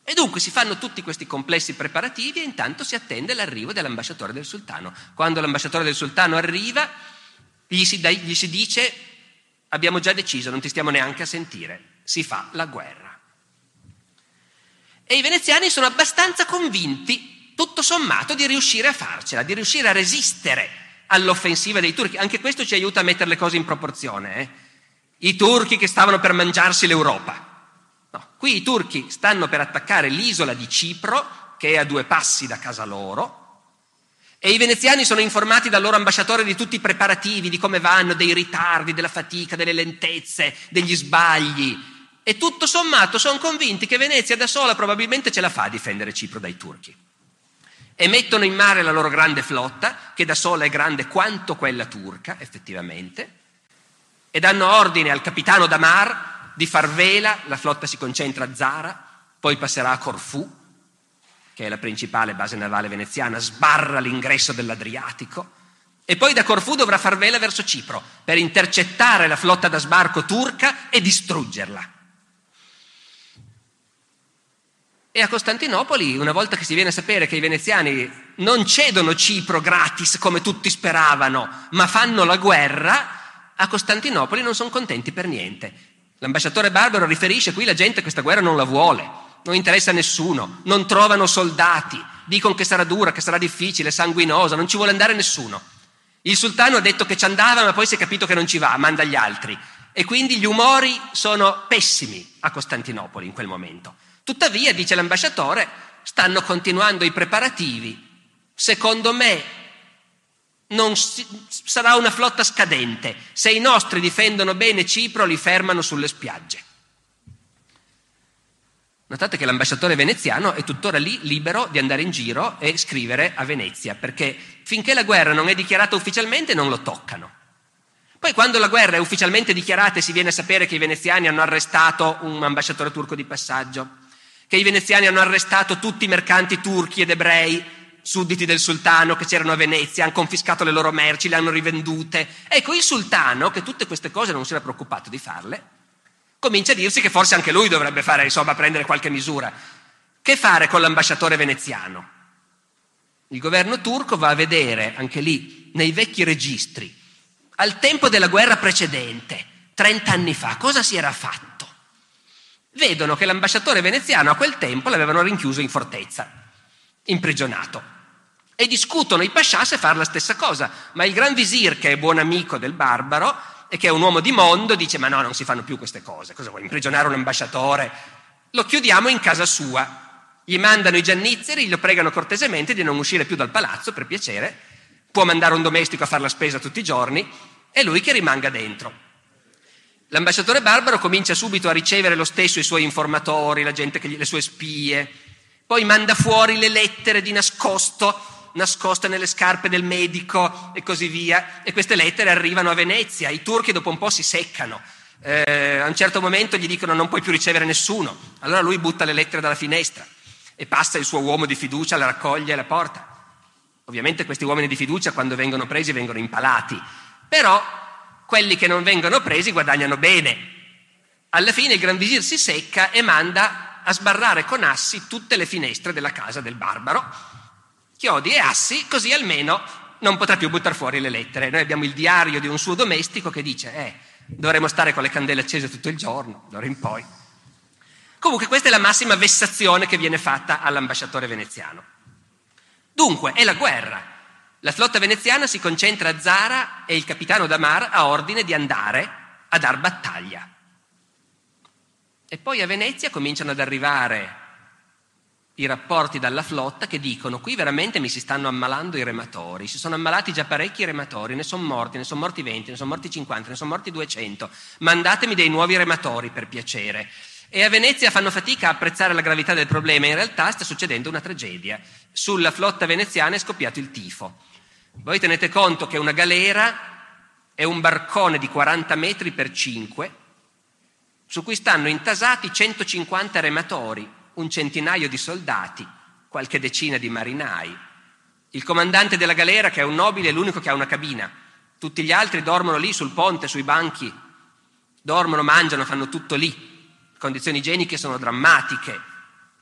Speaker 2: E dunque si fanno tutti questi complessi preparativi e intanto si attende l'arrivo dell'ambasciatore del sultano. Quando l'ambasciatore del sultano arriva, gli si, da, gli si dice: abbiamo già deciso, non ti stiamo neanche a sentire, si fa la guerra. E i veneziani sono abbastanza convinti, tutto sommato, di riuscire a farcela, di riuscire a resistere all'offensiva dei turchi. Anche questo ci aiuta a mettere le cose in proporzione. Eh? I turchi che stavano per mangiarsi l'Europa. No, qui i turchi stanno per attaccare l'isola di Cipro, che è a due passi da casa loro, e i veneziani sono informati dal loro ambasciatore di tutti i preparativi, di come vanno, dei ritardi, della fatica, delle lentezze, degli sbagli, e tutto sommato sono convinti che Venezia da sola probabilmente ce la fa a difendere Cipro dai turchi. E mettono in mare la loro grande flotta, che da sola è grande quanto quella turca, effettivamente, e danno ordine al capitano Damar di far vela. La flotta si concentra a Zara, poi passerà a Corfù, che è la principale base navale veneziana, sbarra l'ingresso dell'Adriatico, e poi da Corfù dovrà far vela verso Cipro per intercettare la flotta da sbarco turca e distruggerla. E a Costantinopoli, una volta che si viene a sapere che i veneziani non cedono Cipro gratis come tutti speravano, ma fanno la guerra, a Costantinopoli non sono contenti per niente. L'ambasciatore Barbaro riferisce: qui la gente questa guerra non la vuole, non interessa a nessuno, non trovano soldati, dicono che sarà dura, che sarà difficile, sanguinosa, non ci vuole andare nessuno. Il sultano ha detto che ci andava, ma poi si è capito che non ci va, manda gli altri. E quindi gli umori sono pessimi a Costantinopoli in quel momento. Tuttavia, dice l'ambasciatore, stanno continuando i preparativi. Secondo me non si, sarà una flotta scadente. Se i nostri difendono bene Cipro, li fermano sulle spiagge. Notate che l'ambasciatore veneziano è tuttora lì libero di andare in giro e scrivere a Venezia, perché finché la guerra non è dichiarata ufficialmente non lo toccano. Poi quando la guerra è ufficialmente dichiarata e si viene a sapere che i veneziani hanno arrestato un ambasciatore turco di passaggio, che i veneziani hanno arrestato tutti i mercanti turchi ed ebrei sudditi del sultano che c'erano a Venezia, hanno confiscato le loro merci, le hanno rivendute. Ecco, il sultano, che tutte queste cose non si era preoccupato di farle, comincia a dirsi che forse anche lui dovrebbe fare, insomma, prendere qualche misura. Che fare con l'ambasciatore veneziano? Il governo turco va a vedere, anche lì, nei vecchi registri, al tempo della guerra precedente, trent'anni fa, cosa si era fatto? Vedono che l'ambasciatore veneziano a quel tempo l'avevano rinchiuso in fortezza, imprigionato. E discutono i pascià se fare la stessa cosa, ma il gran visir, che è buon amico del Barbaro e che è un uomo di mondo, dice: ma no, non si fanno più queste cose, cosa vuoi, imprigionare un ambasciatore? Lo chiudiamo in casa sua. Gli mandano i giannizzeri, lo pregano cortesemente di non uscire più dal palazzo, per piacere, può mandare un domestico a fare la spesa tutti i giorni, e lui che rimanga dentro. L'ambasciatore Barbaro comincia subito a ricevere lo stesso i suoi informatori, la gente che gli, le sue spie, poi manda fuori le lettere di nascosto, nascoste nelle scarpe del medico e così via, e queste lettere arrivano a Venezia. I turchi dopo un po' si seccano, eh, a un certo momento gli dicono: non puoi più ricevere nessuno. Allora lui butta le lettere dalla finestra e passa il suo uomo di fiducia, la raccoglie e la porta. Ovviamente questi uomini di fiducia, quando vengono presi, vengono impalati, però quelli che non vengono presi guadagnano bene. Alla fine il Gran Visir si secca e manda a sbarrare con assi tutte le finestre della casa del Barbaro, chiodi e assi, così almeno non potrà più buttare fuori le lettere. Noi abbiamo il diario di un suo domestico che dice: eh, dovremmo stare con le candele accese tutto il giorno, d'ora in poi. Comunque questa è la massima vessazione che viene fatta all'ambasciatore veneziano. Dunque è la guerra. La flotta veneziana si concentra a Zara e il capitano Damar ha ordine di andare a dar battaglia. E poi a Venezia cominciano ad arrivare i rapporti dalla flotta che dicono: qui veramente mi si stanno ammalando i rematori, si sono ammalati già parecchi rematori, ne sono morti, ne sono morti venti, ne sono morti cinquanta, ne sono morti duecento, mandatemi dei nuovi rematori per piacere. E a Venezia fanno fatica a apprezzare la gravità del problema, in realtà sta succedendo una tragedia. Sulla flotta veneziana è scoppiato il tifo. Voi tenete conto che una galera è un barcone di quaranta metri per cinque, su cui stanno intasati centocinquanta rematori, un centinaio di soldati, qualche decina di marinai. Il comandante della galera, che è un nobile, è l'unico che ha una cabina. Tutti gli altri dormono lì sul ponte, sui banchi, dormono, mangiano, fanno tutto lì. Le condizioni igieniche sono drammatiche.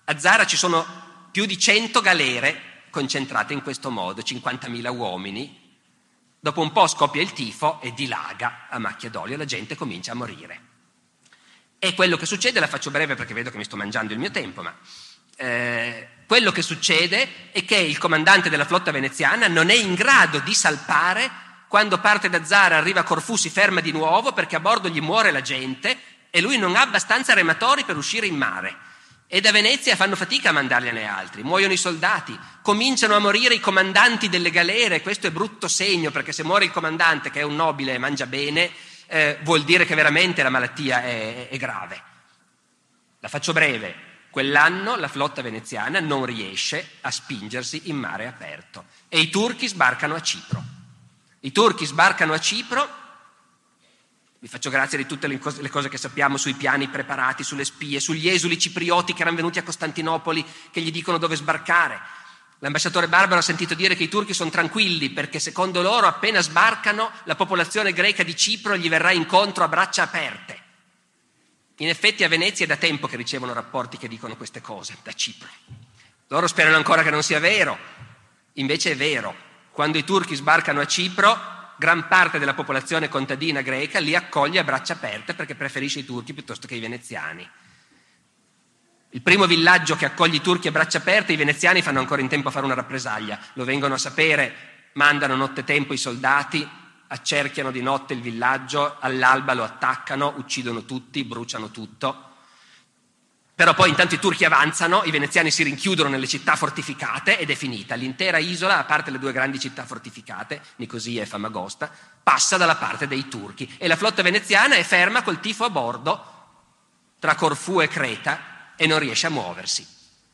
Speaker 2: A Zara ci sono più di cento galere concentrate in questo modo, cinquantamila uomini. Dopo un po' scoppia il tifo e dilaga a macchia d'olio, la gente comincia a morire. E quello che succede, la faccio breve perché vedo che mi sto mangiando il mio tempo, ma eh, quello che succede è che il comandante della flotta veneziana non è in grado di salpare. Quando parte da Zara, arriva a Corfù, si ferma di nuovo perché a bordo gli muore la gente e lui non ha abbastanza rematori per uscire in mare. E da Venezia fanno fatica a mandargliene altri, muoiono i soldati, cominciano a morire i comandanti delle galere. Questo è brutto segno, perché se muore il comandante, che è un nobile e mangia bene, eh, vuol dire che veramente la malattia è, è grave. La faccio breve, quell'anno la flotta veneziana non riesce a spingersi in mare aperto e i turchi sbarcano a Cipro. I turchi sbarcano a Cipro. Vi faccio grazia di tutte le cose, le cose che sappiamo sui piani preparati, sulle spie, sugli esuli ciprioti che erano venuti a Costantinopoli, che gli dicono dove sbarcare. L'ambasciatore Barbaro ha sentito dire che i turchi sono tranquilli perché secondo loro appena sbarcano la popolazione greca di Cipro gli verrà incontro a braccia aperte. In effetti a Venezia è da tempo che ricevono rapporti che dicono queste cose da Cipro. Loro sperano ancora che non sia vero, invece è vero. Quando i turchi sbarcano a Cipro, gran parte della popolazione contadina greca li accoglie a braccia aperte perché preferisce i turchi piuttosto che i veneziani. Il primo villaggio che accoglie i turchi a braccia aperte, i veneziani fanno ancora in tempo a fare una rappresaglia, lo vengono a sapere, mandano nottetempo i soldati, accerchiano di notte il villaggio, all'alba lo attaccano, uccidono tutti, bruciano tutto. Però poi intanto i turchi avanzano, i veneziani si rinchiudono nelle città fortificate ed è finita. L'intera isola, a parte le due grandi città fortificate, Nicosia e Famagosta, passa dalla parte dei turchi e la flotta veneziana è ferma col tifo a bordo tra Corfù e Creta e non riesce a muoversi.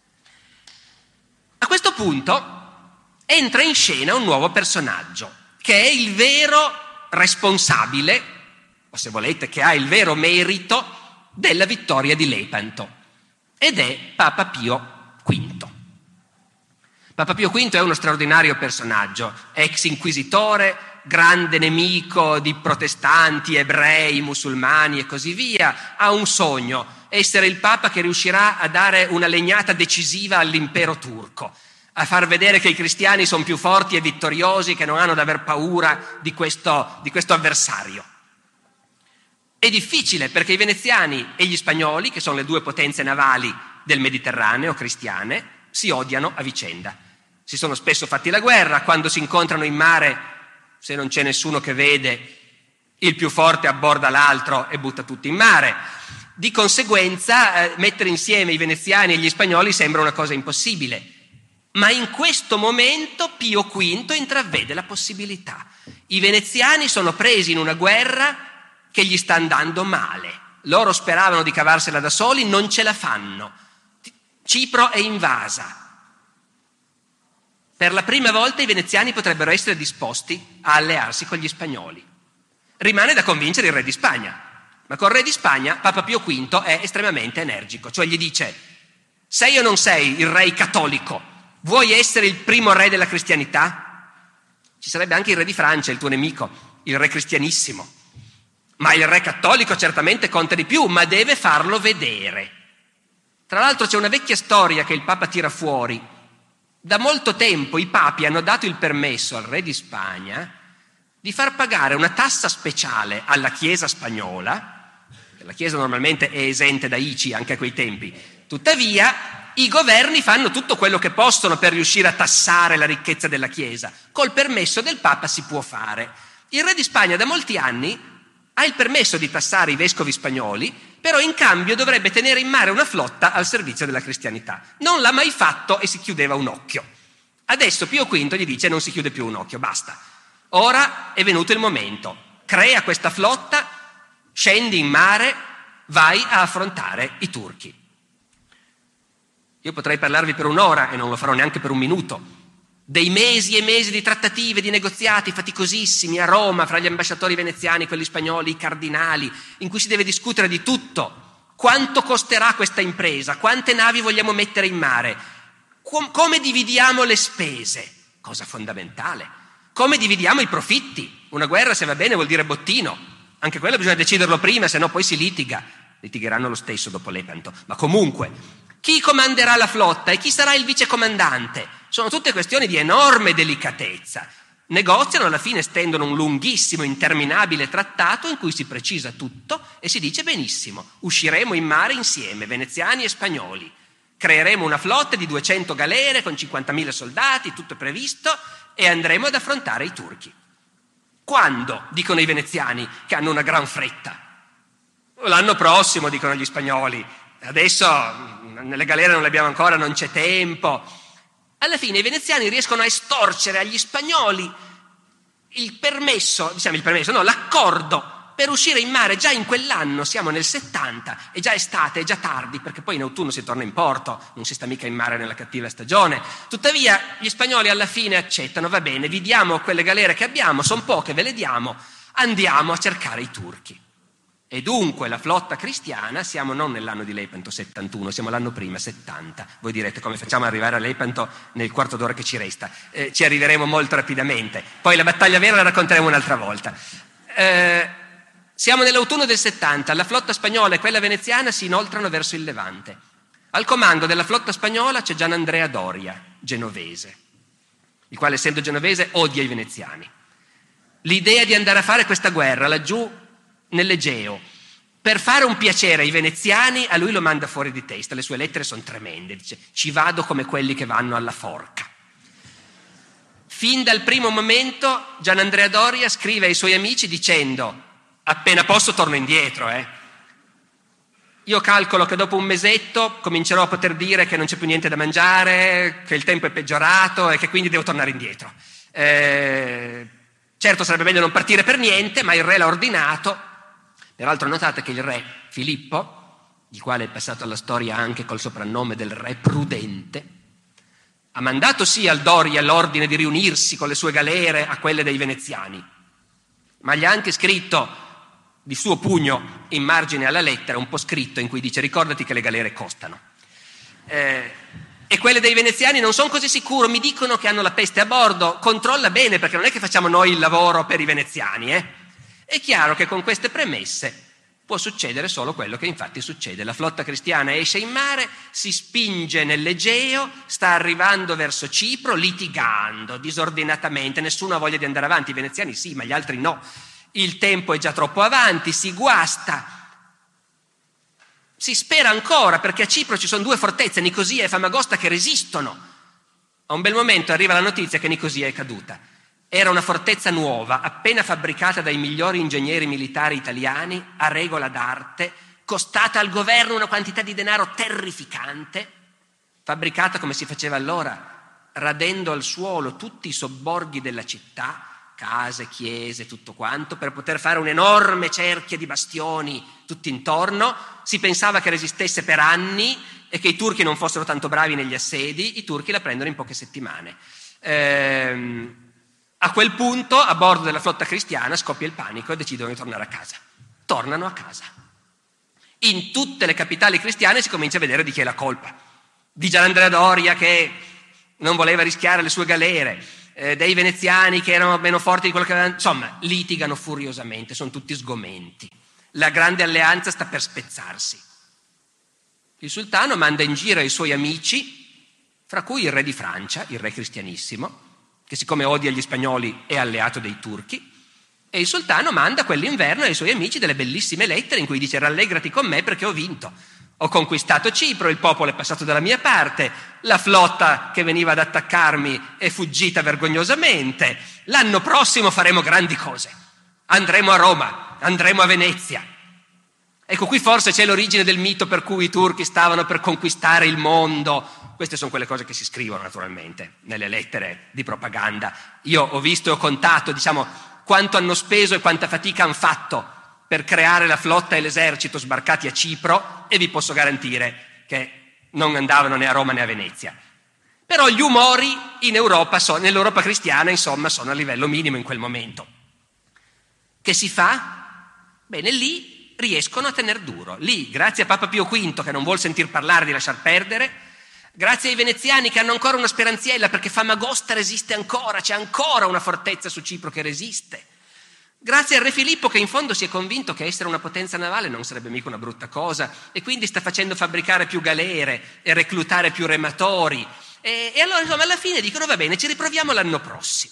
Speaker 2: A questo punto entra in scena un nuovo personaggio che è il vero responsabile, o se volete che ha il vero merito della vittoria di Lepanto. Ed è Papa Pio quinto. Papa Pio quinto è uno straordinario personaggio, ex inquisitore, grande nemico di protestanti, ebrei, musulmani e così via. Ha un sogno, essere il Papa che riuscirà a dare una legnata decisiva all'impero turco, a far vedere che i cristiani sono più forti e vittoriosi, che non hanno da aver paura di questo, di questo avversario. È difficile perché i veneziani e gli spagnoli, che sono le due potenze navali del Mediterraneo cristiane, si odiano a vicenda. Si sono spesso fatti la guerra, quando si incontrano in mare, se non c'è nessuno che vede, il più forte abborda l'altro e butta tutti in mare. Di conseguenza eh, mettere insieme i veneziani e gli spagnoli sembra una cosa impossibile. Ma in questo momento Pio quinto intravede la possibilità. I veneziani sono presi in una guerra che gli sta andando male. Loro speravano di cavarsela da soli, non ce la fanno. Cipro è invasa. Per la prima volta i veneziani potrebbero essere disposti a allearsi con gli spagnoli. Rimane da convincere il re di Spagna, ma col re di Spagna Papa Pio quinto è estremamente energico, cioè gli dice: sei o non sei il re cattolico? Vuoi essere il primo re della cristianità? Ci sarebbe anche il re di Francia, il tuo nemico, il re cristianissimo. Ma il re cattolico certamente conta di più, ma deve farlo vedere. Tra l'altro c'è una vecchia storia che il Papa tira fuori. Da molto tempo i papi hanno dato il permesso al re di Spagna di far pagare una tassa speciale alla Chiesa spagnola. La Chiesa normalmente è esente da I C I anche a quei tempi. Tuttavia i governi fanno tutto quello che possono per riuscire a tassare la ricchezza della Chiesa. Col permesso del Papa si può fare. Il re di Spagna da molti anni ha il permesso di tassare i vescovi spagnoli, però in cambio dovrebbe tenere in mare una flotta al servizio della cristianità. Non l'ha mai fatto e si chiudeva un occhio. Adesso Pio quinto gli dice: non si chiude più un occhio, basta. Ora è venuto il momento. Crea questa flotta, scendi in mare, vai a affrontare i turchi. Io potrei parlarvi per un'ora e non lo farò neanche per un minuto. Dei mesi e mesi di trattative, di negoziati faticosissimi a Roma fra gli ambasciatori veneziani, quelli spagnoli, i cardinali, in cui si deve discutere di tutto. Quanto costerà questa impresa? Quante navi vogliamo mettere in mare? Com- come dividiamo le spese? Cosa fondamentale. Come dividiamo i profitti? Una guerra, se va bene, vuol dire bottino. Anche quello bisogna deciderlo prima, se no poi si litiga. Litigheranno lo stesso dopo Lepanto. Ma comunque, Chi comanderà la flotta e chi sarà il vicecomandante? Sono tutte questioni di enorme delicatezza. Negoziano, alla fine stendono un lunghissimo, interminabile trattato in cui si precisa tutto e si dice benissimo, usciremo in mare insieme, veneziani e spagnoli, creeremo una flotta di duecento galere con cinquantamila soldati, tutto è previsto, e andremo ad affrontare i turchi. Quando? Dicono i veneziani, che hanno una gran fretta. L'anno prossimo, dicono gli spagnoli. Adesso nelle galere non le abbiamo ancora, non c'è tempo. Alla fine i veneziani riescono a estorcere agli spagnoli il permesso, diciamo il permesso, no, l'accordo per uscire in mare già in quell'anno. Siamo nel settanta, è già estate, è già tardi, perché poi in autunno si torna in porto, non si sta mica in mare nella cattiva stagione. Tuttavia gli spagnoli alla fine accettano, va bene, vi diamo quelle galere che abbiamo, sono poche, ve le diamo, andiamo a cercare i turchi. E dunque la flotta cristiana, siamo non nell'anno di Lepanto settantuno, siamo l'anno prima, settanta. Voi direte come facciamo ad arrivare a Lepanto nel quarto d'ora che ci resta? Eh, ci arriveremo molto rapidamente. Poi la battaglia vera la racconteremo un'altra volta. Eh, siamo nell'autunno del settanta, la flotta spagnola e quella veneziana si inoltrano verso il Levante. Al comando della flotta spagnola c'è Gianandrea Doria, genovese, il quale essendo genovese odia i veneziani. L'idea di andare a fare questa guerra laggiù nell'Egeo per fare un piacere ai veneziani, a lui lo manda fuori di testa. Le sue lettere sono tremende, dice: ci vado come quelli che vanno alla forca. Fin dal primo momento Gianandrea Doria scrive ai suoi amici dicendo: appena posso torno indietro, eh. Io calcolo che dopo un mesetto comincerò a poter dire che non c'è più niente da mangiare, che il tempo è peggiorato e che quindi devo tornare indietro. Eh, certo sarebbe meglio non partire per niente, ma il re l'ha ordinato. Peraltro notate che il re Filippo, il quale è passato alla storia anche col soprannome del re prudente, ha mandato sì al Doria l'ordine di riunirsi con le sue galere a quelle dei veneziani, ma gli ha anche scritto di suo pugno in margine alla lettera un po' scritto in cui dice: ricordati che le galere costano. Eh, e quelle dei veneziani non sono così sicuro, mi dicono che hanno la peste a bordo, controlla bene perché non è che facciamo noi il lavoro per i veneziani, eh. È chiaro che con queste premesse può succedere solo quello che infatti succede. La flotta cristiana esce in mare, si spinge nell'Egeo, sta arrivando verso Cipro litigando disordinatamente, nessuno ha voglia di andare avanti, i veneziani sì, ma gli altri no. Il tempo è già troppo avanti, si guasta, si spera ancora perché a Cipro ci sono due fortezze, Nicosia e Famagosta, che resistono. A un bel momento arriva la notizia che Nicosia è caduta. Era una fortezza nuova, appena fabbricata dai migliori ingegneri militari italiani, a regola d'arte, costata al governo una quantità di denaro terrificante, fabbricata come si faceva allora, radendo al suolo tutti i sobborghi della città, case, chiese, tutto quanto, per poter fare un'enorme cerchia di bastioni tutti intorno. Si pensava che resistesse per anni e che i turchi non fossero tanto bravi negli assedi. I turchi la prendono in poche settimane. Ehm... A quel punto, a bordo della flotta cristiana, scoppia il panico e decidono di tornare a casa. Tornano a casa. In tutte le capitali cristiane si comincia a vedere di chi è la colpa. Di Gianandrea Doria, che non voleva rischiare le sue galere, eh, dei veneziani che erano meno forti di quello che avevano. Insomma, litigano furiosamente, sono tutti sgomenti. La grande alleanza sta per spezzarsi. Il sultano manda in giro ai suoi amici, fra cui il re di Francia, il re cristianissimo, che siccome odia gli spagnoli è alleato dei turchi, e il sultano manda quell'inverno ai suoi amici delle bellissime lettere in cui dice: rallegrati con me perché ho vinto, ho conquistato Cipro, il popolo è passato dalla mia parte, la flotta che veniva ad attaccarmi è fuggita vergognosamente, l'anno prossimo faremo grandi cose, andremo a Roma, andremo a Venezia. Ecco, qui forse c'è l'origine del mito per cui i turchi stavano per conquistare il mondo. Queste sono quelle cose che si scrivono naturalmente nelle lettere di propaganda. Io ho visto e ho contato, diciamo, quanto hanno speso e quanta fatica hanno fatto per creare la flotta e l'esercito sbarcati a Cipro, e vi posso garantire che non andavano né a Roma né a Venezia. Però gli umori in Europa, so, nell'Europa cristiana, insomma, sono a livello minimo in quel momento. Che si fa? Bene, lì riescono a tener duro. Lì, grazie a Papa Pio V, che non vuol sentir parlare di lasciar perdere, grazie ai veneziani che hanno ancora una speranziella perché Famagosta resiste ancora, c'è ancora una fortezza su Cipro che resiste, Grazie al re Filippo, che in fondo si è convinto che essere una potenza navale non sarebbe mica una brutta cosa, e quindi sta facendo fabbricare più galere e reclutare più rematori. E, e allora insomma alla fine dicono va bene, ci riproviamo l'anno prossimo.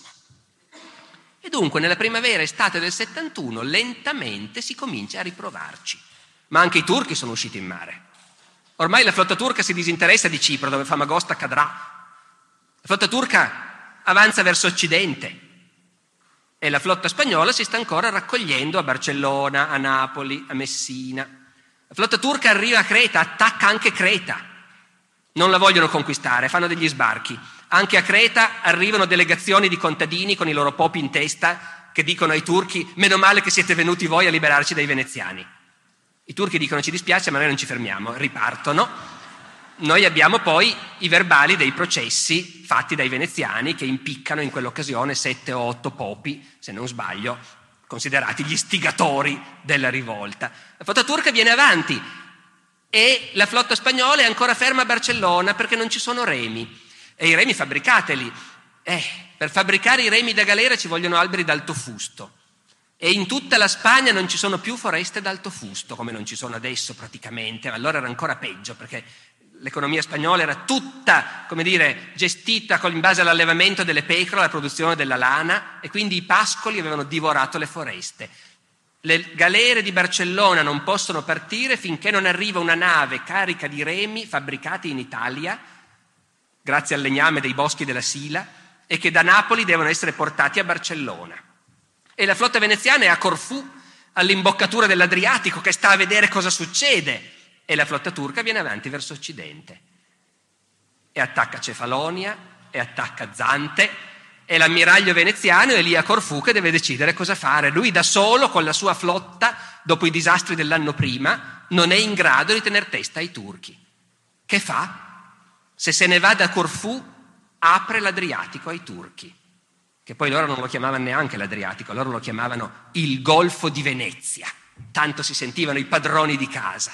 Speaker 2: E dunque nella primavera estate del settantuno lentamente si comincia a riprovarci. Ma anche i turchi sono usciti in mare. Ormai la flotta turca si disinteressa di Cipro, dove Famagosta cadrà. La flotta turca avanza verso occidente e la flotta spagnola si sta ancora raccogliendo a Barcellona, a Napoli, a Messina. La flotta turca arriva a Creta, attacca anche Creta. Non la vogliono conquistare, fanno degli sbarchi. Anche a Creta arrivano delegazioni di contadini con i loro popi in testa che dicono ai turchi: meno male che siete venuti voi a liberarci dai veneziani. I turchi dicono: ci dispiace, ma noi non ci fermiamo, ripartono. Noi abbiamo poi i verbali dei processi fatti dai veneziani che impiccano in quell'occasione sette o otto popi, se non sbaglio, considerati gli istigatori della rivolta. La flotta turca viene avanti e la flotta spagnola è ancora ferma a Barcellona perché non ci sono remi. E i remi fabbricateli. Eh, per fabbricare i remi da galera ci vogliono alberi d'alto fusto. E in tutta la Spagna non ci sono più foreste d'alto fusto, come non ci sono adesso praticamente, ma allora era ancora peggio, perché l'economia spagnola era tutta, come dire, gestita in base all'allevamento delle pecore, alla produzione della lana, e quindi i pascoli avevano divorato le foreste. Le galere di Barcellona non possono partire finché non arriva una nave carica di remi fabbricati in Italia, grazie al legname dei boschi della Sila, e che da Napoli devono essere portati a Barcellona. E la flotta veneziana è a Corfù, all'imboccatura dell'Adriatico, che sta a vedere cosa succede, e la flotta turca viene avanti verso occidente e attacca Cefalonia e attacca Zante, e l'ammiraglio veneziano è lì a Corfù che deve decidere cosa fare. Lui da solo con la sua flotta, dopo i disastri dell'anno prima, non è in grado di tener testa ai turchi. Che fa? Se se ne va da Corfù, apre l'Adriatico ai turchi, che poi loro non lo chiamavano neanche l'Adriatico, loro lo chiamavano il Golfo di Venezia, tanto si sentivano i padroni di casa.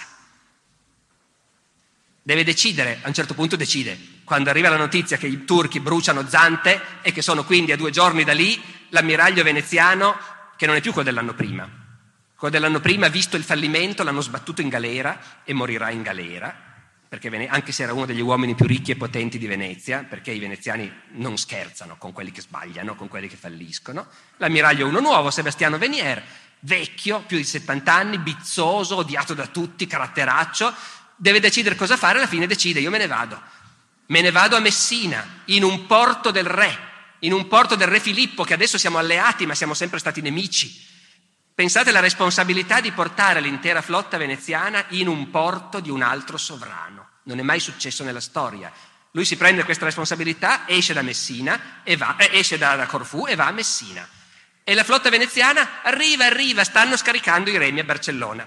Speaker 2: Deve decidere, a un certo punto decide, quando arriva la notizia che i turchi bruciano Zante e che sono quindi a due giorni da lì, l'ammiraglio veneziano, che non è più quello dell'anno prima, quello dell'anno prima, visto il fallimento, l'hanno sbattuto in galera e morirà in galera, perché anche se era uno degli uomini più ricchi e potenti di Venezia, perché i veneziani non scherzano con quelli che sbagliano, con quelli che falliscono. L'ammiraglio è uno nuovo, Sebastiano Venier, vecchio, più di settanta anni, bizzoso, odiato da tutti, caratteraccio, deve decidere cosa fare. Alla fine decide: io me ne vado, me ne vado a Messina, in un porto del re, in un porto del re Filippo, che adesso siamo alleati ma siamo sempre stati nemici. Pensate alla responsabilità di portare l'intera flotta veneziana in un porto di un altro sovrano. Non è mai successo nella storia. Lui si prende questa responsabilità, esce da Messina e va, eh, esce da, da Corfù e va a Messina. E la flotta veneziana arriva, arriva, stanno scaricando i remi a Barcellona.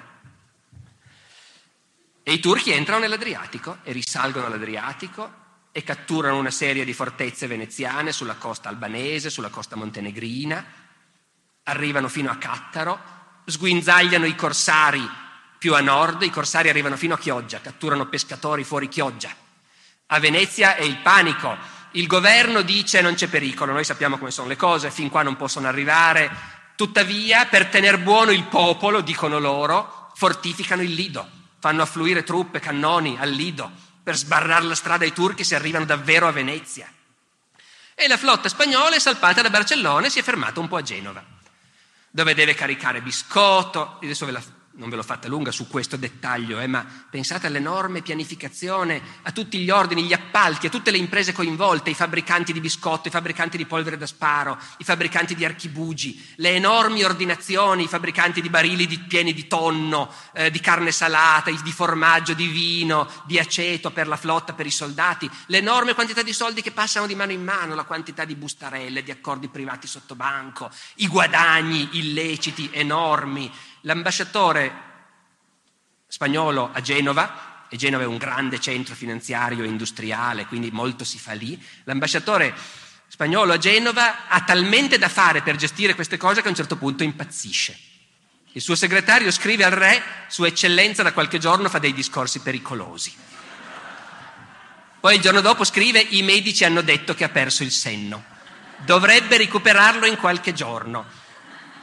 Speaker 2: E i turchi entrano nell'Adriatico e risalgono all'Adriatico e catturano una serie di fortezze veneziane sulla costa albanese, sulla costa montenegrina. Arrivano fino a Cattaro, sguinzagliano i corsari più a nord, i corsari arrivano fino a Chioggia, catturano pescatori fuori Chioggia. A Venezia è il panico, il governo dice non c'è pericolo, noi sappiamo come sono le cose, fin qua non possono arrivare, tuttavia per tener buono il popolo, dicono loro, fortificano il Lido, fanno affluire truppe, cannoni al Lido per sbarrare la strada ai turchi se arrivano davvero a Venezia. E la flotta spagnola è salpata da Barcellona e si è fermata un po' a Genova, dove deve caricare biscotto. Adesso ve la, non ve l'ho fatta lunga su questo dettaglio, eh, ma pensate all'enorme pianificazione, a tutti gli ordini, gli appalti, a tutte le imprese coinvolte, i fabbricanti di biscotto, i fabbricanti di polvere da sparo, i fabbricanti di archibugi, le enormi ordinazioni, i fabbricanti di barili di, pieni di tonno, eh, di carne salata, di formaggio, di vino, di aceto per la flotta, per i soldati, l'enorme quantità di soldi che passano di mano in mano, la quantità di bustarelle, di accordi privati sottobanco, i guadagni illeciti enormi. L'ambasciatore spagnolo a Genova, e Genova è un grande centro finanziario e industriale, quindi molto si fa lì, l'ambasciatore spagnolo a Genova ha talmente da fare per gestire queste cose che a un certo punto impazzisce. Il suo segretario scrive al re: Sua Eccellenza da qualche giorno fa dei discorsi pericolosi. Poi il giorno dopo scrive: i medici hanno detto che ha perso il senno, dovrebbe recuperarlo in qualche giorno.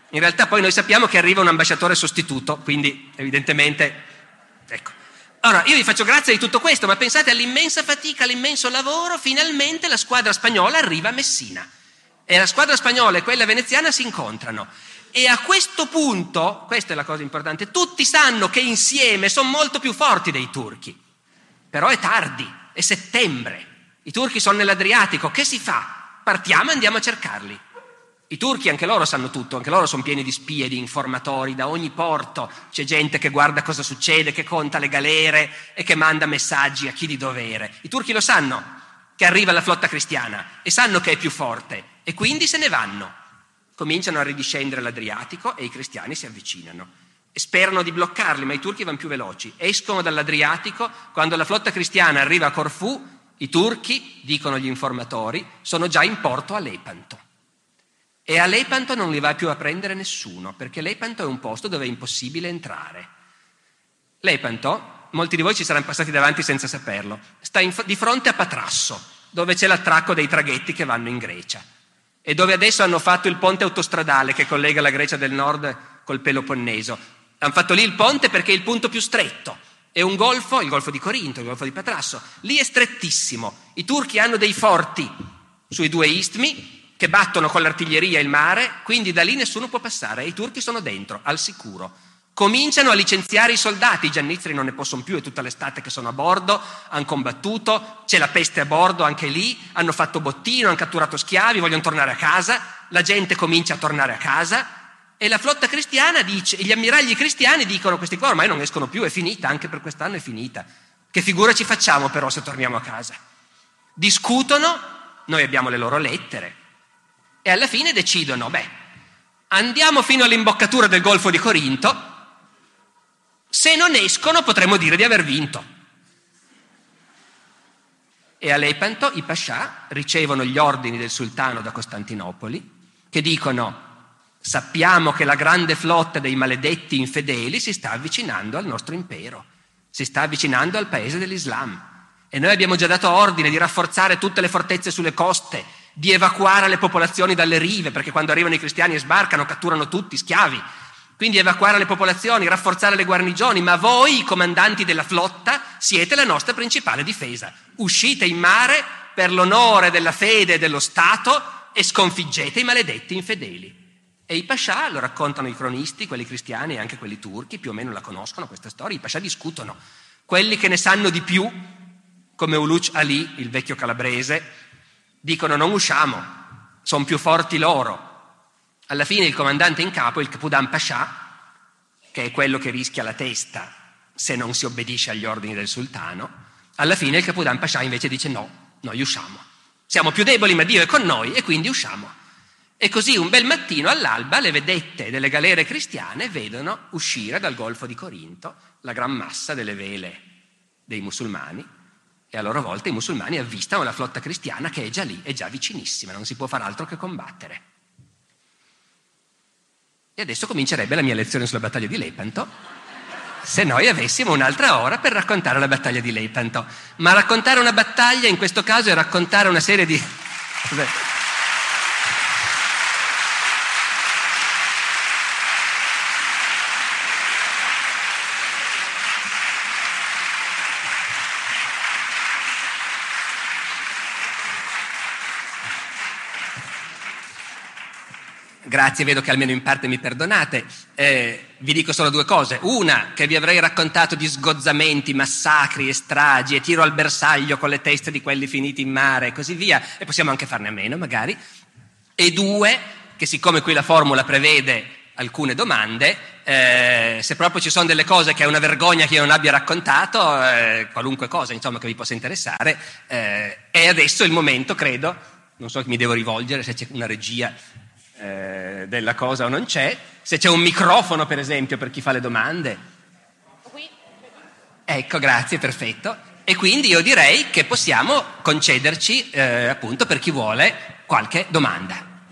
Speaker 2: In realtà poi noi sappiamo che arriva un ambasciatore sostituto, quindi evidentemente, ecco. Allora, io vi faccio grazia di tutto questo, ma pensate all'immensa fatica, all'immenso lavoro, finalmente la squadra spagnola arriva a Messina. E la squadra spagnola e quella veneziana si incontrano. E a questo punto, questa è la cosa importante, tutti sanno che insieme sono molto più forti dei turchi. Però è tardi, è settembre, i turchi sono nell'Adriatico, che si fa? Partiamo e andiamo a cercarli. I turchi anche loro sanno tutto, anche loro sono pieni di spie, di informatori, da ogni porto c'è gente che guarda cosa succede, che conta le galere e che manda messaggi a chi di dovere. I turchi lo sanno che arriva la flotta cristiana e sanno che è più forte e quindi se ne vanno. Cominciano a ridiscendere l'Adriatico e i cristiani si avvicinano e sperano di bloccarli, ma i turchi vanno più veloci. Escono dall'Adriatico, quando la flotta cristiana arriva a Corfù, i turchi, dicono gli informatori, sono già in porto a Lepanto. E a Lepanto non li va più a prendere nessuno, perché Lepanto è un posto dove è impossibile entrare. Lepanto, molti di voi ci saranno passati davanti senza saperlo, sta in, di fronte a Patrasso, dove c'è l'attracco dei traghetti che vanno in Grecia e dove adesso hanno fatto il ponte autostradale che collega la Grecia del Nord col Peloponneso. Hanno fatto lì il ponte perché è il punto più stretto. È un golfo, il golfo di Corinto, il golfo di Patrasso. Lì è strettissimo. I turchi hanno dei forti sui due istmi che battono con l'artiglieria il mare, quindi da lì nessuno può passare e i turchi sono dentro, al sicuro. Cominciano a licenziare i soldati, i giannizzeri non ne possono più, è tutta l'estate che sono a bordo, hanno combattuto, c'è la peste a bordo anche lì, hanno fatto bottino, hanno catturato schiavi, vogliono tornare a casa, la gente comincia a tornare a casa e la flotta cristiana dice, gli ammiragli cristiani dicono questi qua ormai non escono più, è finita, anche per quest'anno è finita. Che figura ci facciamo però se torniamo a casa? Discutono, noi abbiamo le loro lettere, e alla fine decidono, beh, andiamo fino all'imboccatura del Golfo di Corinto, se non escono potremmo dire di aver vinto. E a Lepanto i pascià ricevono gli ordini del sultano da Costantinopoli, che dicono, sappiamo che la grande flotta dei maledetti infedeli si sta avvicinando al nostro impero, si sta avvicinando al paese dell'Islam, e noi abbiamo già dato ordine di rafforzare tutte le fortezze sulle coste, di evacuare le popolazioni dalle rive, perché quando arrivano i cristiani e sbarcano catturano tutti, schiavi. Quindi evacuare le popolazioni, rafforzare le guarnigioni, ma voi, i comandanti della flotta, siete la nostra principale difesa. Uscite in mare per l'onore della fede e dello Stato e sconfiggete i maledetti infedeli. E i pascià, lo raccontano i cronisti, quelli cristiani e anche quelli turchi, più o meno la conoscono questa storia, i pascià discutono. Quelli che ne sanno di più, come Uluc Ali, il vecchio calabrese, dicono non usciamo, sono più forti loro. Alla fine il comandante in capo, il Capudan Pascià, che è quello che rischia la testa se non si obbedisce agli ordini del sultano, alla fine il Capudan Pascià invece dice no, noi usciamo. Siamo più deboli ma Dio è con noi e quindi usciamo. E così un bel mattino all'alba le vedette delle galere cristiane vedono uscire dal Golfo di Corinto la gran massa delle vele dei musulmani e a loro volta i musulmani avvistano la flotta cristiana che è già lì, è già vicinissima, non si può far altro che combattere. E adesso comincerebbe la mia lezione sulla battaglia di Lepanto, se noi avessimo un'altra ora per raccontare la battaglia di Lepanto. Ma raccontare una battaglia in questo caso è raccontare una serie di... Grazie, vedo che almeno in parte mi perdonate. Eh, vi dico solo due cose. Una, che vi avrei raccontato di sgozzamenti, massacri e stragi e tiro al bersaglio con le teste di quelli finiti in mare e così via, e possiamo anche farne a meno magari. E due, che siccome qui la formula prevede alcune domande, eh, se proprio ci sono delle cose che è una vergogna che io non abbia raccontato, eh, qualunque cosa insomma che vi possa interessare, eh, è adesso il momento, credo, non so a chi mi devo rivolgere, se c'è una regia Eh, della cosa o non c'è, se c'è un microfono per esempio per chi fa le domande. Ecco, grazie, perfetto. E quindi io direi che possiamo concederci eh, appunto per chi vuole qualche domanda.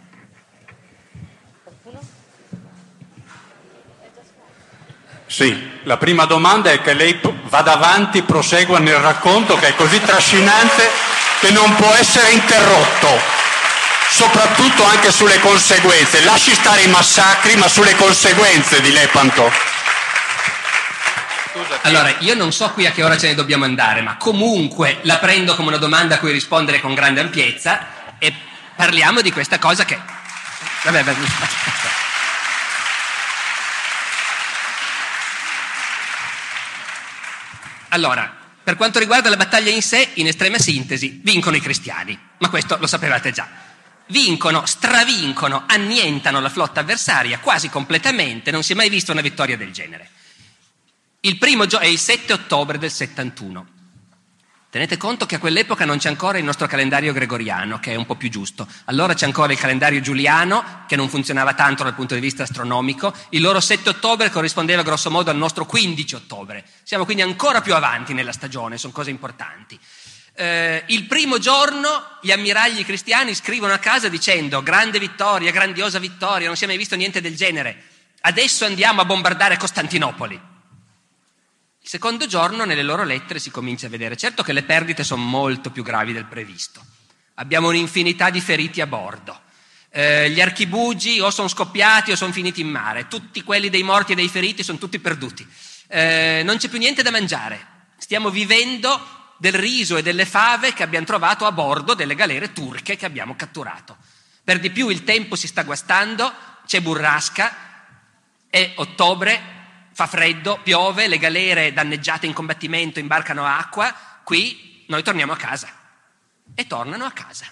Speaker 3: Sì, la prima domanda è che lei vada avanti, prosegua nel racconto che è così trascinante che non può essere interrotto. soprattutto anche sulle conseguenze. Lasci stare i massacri, ma sulle conseguenze di Lepanto.
Speaker 2: Allora, io non so qui a che ora ce ne dobbiamo andare, ma comunque la prendo come una domanda a cui rispondere con grande ampiezza e parliamo di questa cosa che... Vabbè, vabbè. Allora, per quanto riguarda la battaglia in sé, in estrema sintesi, vincono i cristiani, ma questo lo sapevate già. Vincono, stravincono, annientano la flotta avversaria quasi completamente, non si è mai vista una vittoria del genere. Il primo giorno è il sette ottobre del settantuno. Tenete conto che a quell'epoca non c'è ancora il nostro calendario gregoriano, che è un po' più giusto. Allora c'è ancora il calendario giuliano, che non funzionava tanto dal punto di vista astronomico. Il loro sette ottobre corrispondeva grosso modo al nostro quindici ottobre. Siamo quindi ancora più avanti nella stagione, sono cose importanti. Eh, il primo giorno gli ammiragli cristiani scrivono a casa dicendo: grande vittoria, grandiosa vittoria, non si è mai visto niente del genere. Adesso andiamo a bombardare Costantinopoli. Il secondo giorno nelle loro lettere si comincia a vedere, certo che le perdite sono molto più gravi del previsto. Abbiamo un'infinità di feriti a bordo. Eh, gli archibugi o sono scoppiati o sono finiti in mare. Tutti quelli dei morti e dei feriti sono tutti perduti. Eh, non c'è più niente da mangiare. Stiamo vivendo del riso e delle fave che abbiamo trovato a bordo delle galere turche che abbiamo catturato. Per di più il tempo si sta guastando, c'è burrasca, è ottobre, fa freddo, piove, le galere danneggiate in combattimento imbarcano acqua, qui noi torniamo a casa. E tornano a casa.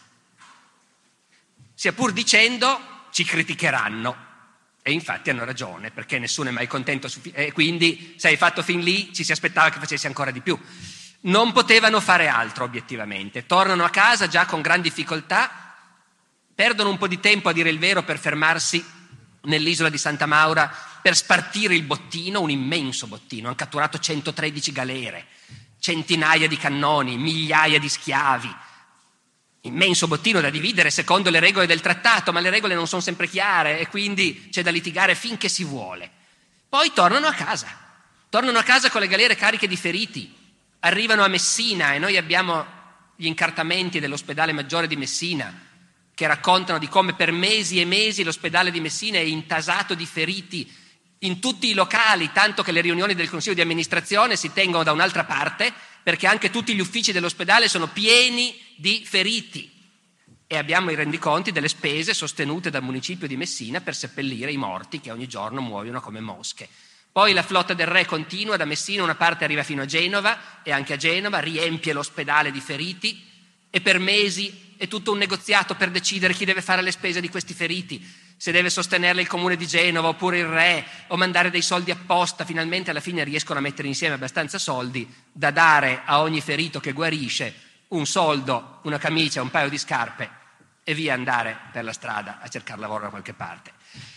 Speaker 2: Sia pur dicendo ci criticheranno. E infatti hanno ragione, perché nessuno è mai contento. Su, e quindi se hai fatto fin lì ci si aspettava che facessi ancora di più. Non potevano fare altro obiettivamente. Tornano a casa già con gran difficoltà, perdono un po' di tempo a dire il vero per fermarsi nell'isola di Santa Maura per spartire il bottino, un immenso bottino. Hanno catturato centotredici galere, centinaia di cannoni, migliaia di schiavi. Immenso bottino da dividere secondo le regole del trattato, ma le regole non sono sempre chiare e quindi c'è da litigare finché si vuole. Poi tornano a casa, tornano a casa con le galere cariche di feriti, arrivano a Messina e noi abbiamo gli incartamenti dell'ospedale maggiore di Messina che raccontano di come per mesi e mesi l'ospedale di Messina è intasato di feriti in tutti i locali, tanto che le riunioni del consiglio di amministrazione si tengono da un'altra parte, perché anche tutti gli uffici dell'ospedale sono pieni di feriti. E abbiamo i rendiconti delle spese sostenute dal municipio di Messina per seppellire i morti che ogni giorno muoiono come mosche. Poi la flotta del re continua da Messina, una parte arriva fino a Genova e anche a Genova riempie l'ospedale di feriti e per mesi è tutto un negoziato per decidere chi deve fare le spese di questi feriti, se deve sostenerle il comune di Genova oppure il re o mandare dei soldi apposta. Finalmente alla fine riescono a mettere insieme abbastanza soldi da dare a ogni ferito che guarisce un soldo, una camicia, un paio di scarpe e via andare per la strada a cercare lavoro da qualche parte.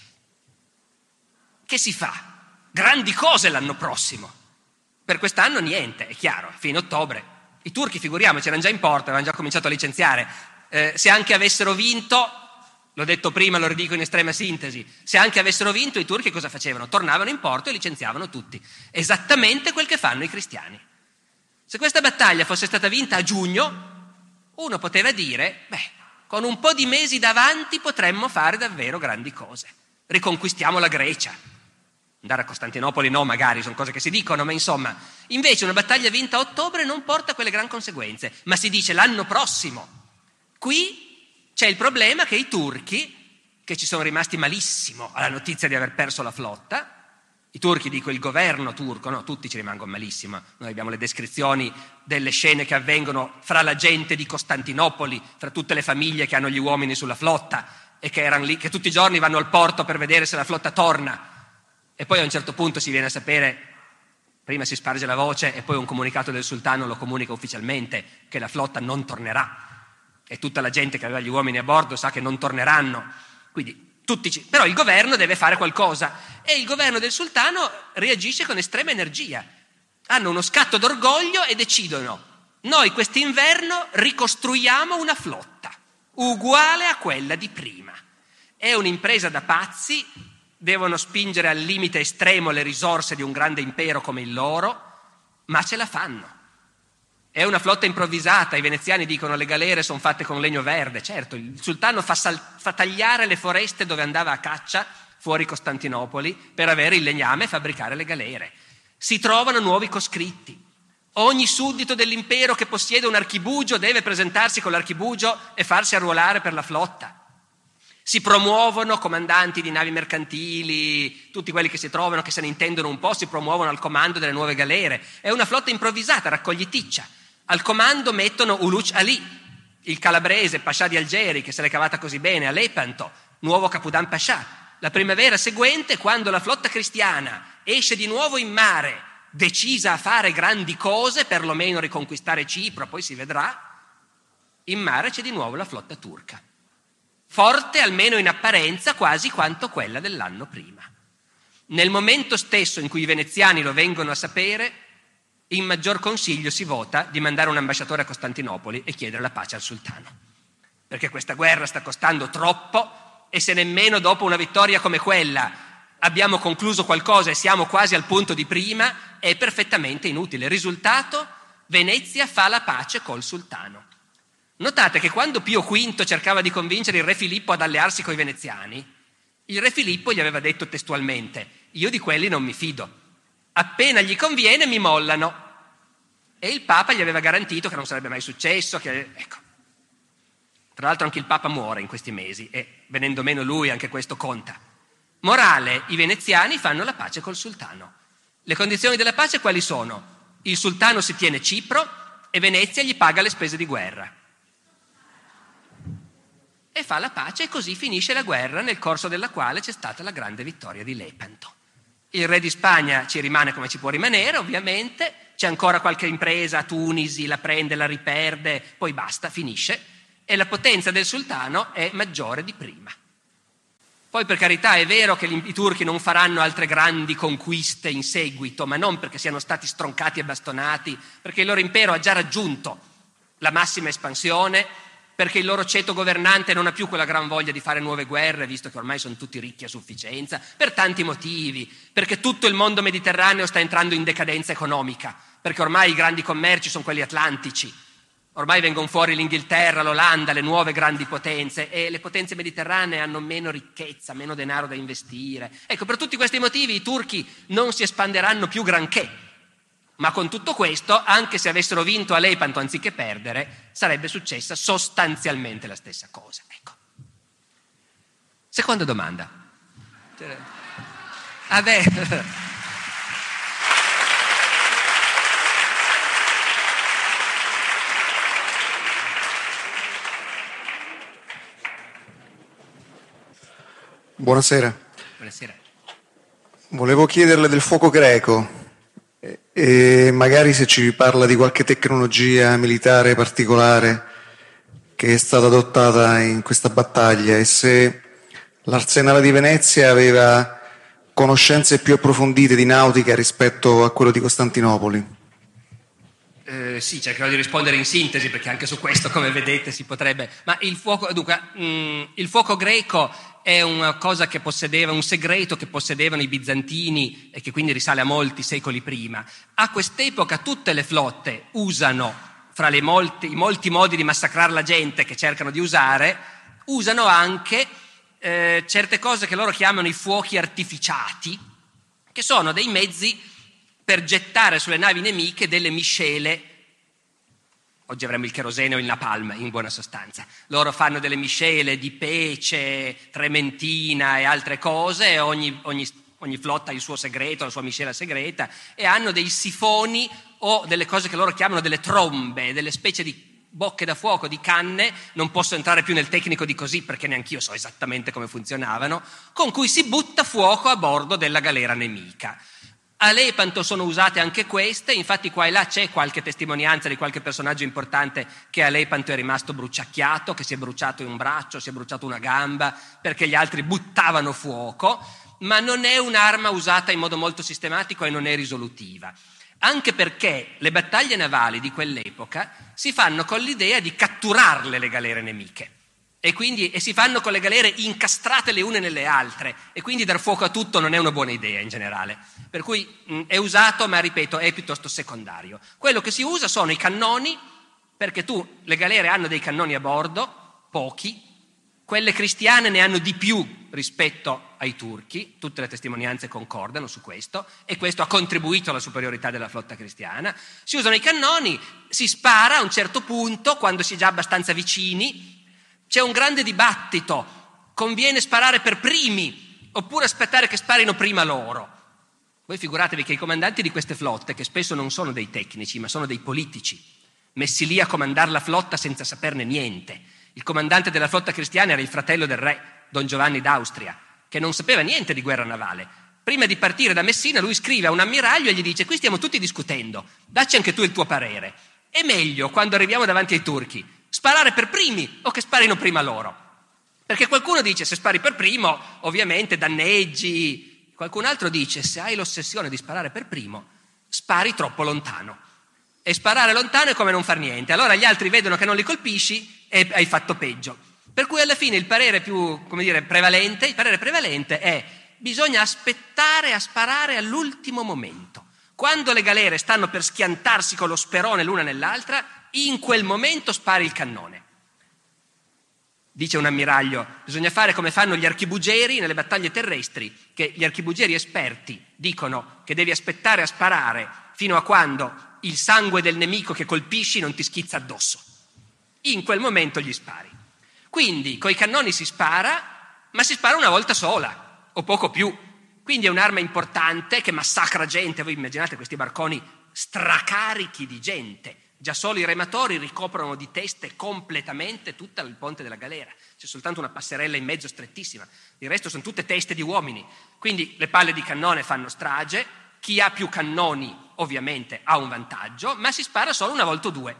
Speaker 2: Che si fa? Grandi cose l'anno prossimo. Per quest'anno niente, è chiaro, fine ottobre. I turchi, figuriamoci, erano già in porto, avevano già cominciato a licenziare. Eh, se anche avessero vinto, l'ho detto prima, lo ridico in estrema sintesi, se anche avessero vinto i turchi cosa facevano? Tornavano in porto e licenziavano tutti. Esattamente quel che fanno i cristiani. Se questa battaglia fosse stata vinta a giugno, uno poteva dire, beh, con un po' di mesi davanti potremmo fare davvero grandi cose. Riconquistiamo la Grecia. Andare a Costantinopoli no, magari, sono cose che si dicono, ma insomma, invece una battaglia vinta a ottobre non porta quelle gran conseguenze, ma si dice l'anno prossimo. Qui c'è il problema che i turchi, che ci sono rimasti malissimo alla notizia di aver perso la flotta, i turchi, dico il governo turco, no, tutti ci rimangono malissimo, noi abbiamo le descrizioni delle scene che avvengono fra la gente di Costantinopoli, fra tutte le famiglie che hanno gli uomini sulla flotta e che erano lì, che tutti i giorni vanno al porto per vedere se la flotta torna. E poi a un certo punto si viene a sapere, prima si sparge la voce e poi un comunicato del sultano lo comunica ufficialmente che la flotta non tornerà e tutta la gente che aveva gli uomini a bordo sa che non torneranno. Quindi tutti ci... Però il governo deve fare qualcosa e il governo del sultano reagisce con estrema energia. Hanno uno scatto d'orgoglio e decidono: noi quest'inverno ricostruiamo una flotta uguale a quella di prima. È un'impresa da pazzi. Devono spingere al limite estremo le risorse di un grande impero come il loro, ma ce la fanno. È una flotta improvvisata, i veneziani dicono le galere sono fatte con legno verde. Certo, il sultano fa, sal- fa tagliare le foreste dove andava a caccia fuori Costantinopoli per avere il legname e fabbricare le galere. Si trovano nuovi coscritti. Ogni suddito dell'impero che possiede un archibugio deve presentarsi con l'archibugio e farsi arruolare per la flotta. Si promuovono comandanti di navi mercantili, tutti quelli che si trovano, che se ne intendono un po', si promuovono al comando delle nuove galere. È una flotta improvvisata, raccogliticcia. Al comando mettono Uluc Ali, il calabrese pascià di Algeri, che se l'è cavata così bene a Lepanto, nuovo Capodan Pascià. La primavera seguente, quando la flotta cristiana esce di nuovo in mare, decisa a fare grandi cose, perlomeno riconquistare Cipro, poi si vedrà, in mare c'è di nuovo la flotta turca. Forte, almeno in apparenza, quasi quanto quella dell'anno prima. Nel momento stesso in cui i veneziani lo vengono a sapere, in maggior consiglio si vota di mandare un ambasciatore a Costantinopoli e chiedere la pace al sultano. Perché questa guerra sta costando troppo e se nemmeno dopo una vittoria come quella abbiamo concluso qualcosa e siamo quasi al punto di prima, è perfettamente inutile. Risultato, Venezia fa la pace col sultano. Notate che quando Pio V cercava di convincere il re Filippo ad allearsi coi veneziani, il re Filippo gli aveva detto testualmente: io di quelli non mi fido. Appena gli conviene mi mollano. E il Papa gli aveva garantito che non sarebbe mai successo, che... ecco. Tra l'altro anche il Papa muore in questi mesi e venendo meno lui anche questo conta. Morale, i veneziani fanno la pace col sultano. Le condizioni della pace quali sono? Il sultano si tiene Cipro e Venezia gli paga le spese di guerra. E fa la pace e così finisce la guerra, nel corso della quale c'è stata la grande vittoria di Lepanto. Il re di Spagna ci rimane come ci può rimanere, ovviamente, c'è ancora qualche impresa a Tunisi, la prende, la riperde, poi basta, finisce, e la potenza del sultano è maggiore di prima. Poi per carità è vero che i turchi non faranno altre grandi conquiste in seguito, ma non perché siano stati stroncati e bastonati, perché il loro impero ha già raggiunto la massima espansione, perché il loro ceto governante non ha più quella gran voglia di fare nuove guerre, visto che ormai sono tutti ricchi a sufficienza, per tanti motivi, perché tutto il mondo mediterraneo sta entrando in decadenza economica, perché ormai i grandi commerci sono quelli atlantici, ormai vengono fuori l'Inghilterra, l'Olanda, le nuove grandi potenze, e le potenze mediterranee hanno meno ricchezza, meno denaro da investire. Ecco, per tutti questi motivi i turchi non si espanderanno più granché. Ma con tutto questo, anche se avessero vinto a Lepanto anziché perdere, sarebbe successa sostanzialmente la stessa cosa. Ecco. Seconda domanda. Ah beh.
Speaker 4: Buonasera.
Speaker 2: Buonasera.
Speaker 4: Volevo chiederle del fuoco greco. E magari se ci parla di qualche tecnologia militare particolare che è stata adottata in questa battaglia e se l'arsenale di Venezia aveva conoscenze più approfondite di nautica rispetto a quello di Costantinopoli.
Speaker 2: Eh, sì, cercherò di rispondere in sintesi perché anche su questo, come vedete, si potrebbe... Ma il fuoco, dunque, mh, il fuoco greco è una cosa che possedeva, un segreto che possedevano i bizantini e che quindi risale a molti secoli prima. A quest'epoca tutte le flotte usano, fra le molti, i molti modi di massacrare la gente che cercano di usare, usano anche eh, certe cose che loro chiamano i fuochi artificiati, che sono dei mezzi per gettare sulle navi nemiche delle miscele. Oggi avremo il cherosene o il napalm, in buona sostanza. Loro fanno delle miscele di pece, trementina e altre cose, e ogni, ogni, ogni flotta ha il suo segreto, la sua miscela segreta, e hanno dei sifoni o delle cose che loro chiamano delle trombe, delle specie di bocche da fuoco, di canne, non posso entrare più nel tecnico di così perché neanch'io so esattamente come funzionavano, con cui si butta fuoco a bordo della galera nemica. A Lepanto sono usate anche queste, infatti qua e là c'è qualche testimonianza di qualche personaggio importante che a Lepanto è rimasto bruciacchiato, che si è bruciato un braccio, si è bruciato una gamba, perché gli altri buttavano fuoco, ma non è un'arma usata in modo molto sistematico e non è risolutiva. Anche perché le battaglie navali di quell'epoca si fanno con l'idea di catturarle le galere nemiche. e quindi e si fanno con le galere incastrate le une nelle altre, e quindi dar fuoco a tutto non è una buona idea in generale, per cui mh, è usato, ma ripeto è piuttosto secondario. Quello che si usa sono i cannoni, perché tu le galere hanno dei cannoni a bordo, pochi, quelle cristiane ne hanno di più rispetto ai turchi, tutte le testimonianze concordano su questo, e questo ha contribuito alla superiorità della flotta cristiana. Si usano i cannoni, si spara a un certo punto, quando si è già abbastanza vicini, c'è un grande dibattito, conviene sparare per primi oppure aspettare che sparino prima loro. Voi figuratevi che i comandanti di queste flotte, che spesso non sono dei tecnici ma sono dei politici, messi lì a comandare la flotta senza saperne niente. Il comandante della flotta cristiana era il fratello del re, Don Giovanni d'Austria, che non sapeva niente di guerra navale. Prima di partire da Messina lui scrive a un ammiraglio e gli dice: qui stiamo tutti discutendo, dacci anche tu il tuo parere. È meglio, quando arriviamo davanti ai turchi, sparare per primi o che sparino prima loro? Perché qualcuno dice: se spari per primo ovviamente danneggi. Qualcun altro dice: se hai l'ossessione di sparare per primo, spari troppo lontano, e sparare lontano è come non far niente, allora gli altri vedono che non li colpisci e hai fatto peggio. Per cui alla fine il parere più, come dire, prevalente, il parere prevalente è: bisogna aspettare a sparare all'ultimo momento. Quando le galere stanno per schiantarsi con lo sperone l'una nell'altra, in quel momento spari il cannone. Dice un ammiraglio: bisogna fare come fanno gli archibugieri nelle battaglie terrestri, che gli archibugieri esperti dicono che devi aspettare a sparare fino a quando il sangue del nemico che colpisci non ti schizza addosso. In quel momento gli spari. Quindi coi cannoni si spara, ma si spara una volta sola o poco più, quindi è un'arma importante che massacra gente. Voi immaginate questi barconi stracarichi di gente, già solo i rematori ricoprono di teste completamente tutto il ponte della galera, c'è soltanto una passerella in mezzo strettissima, il resto sono tutte teste di uomini, quindi le palle di cannone fanno strage. Chi ha più cannoni ovviamente ha un vantaggio, ma si spara solo una volta o due.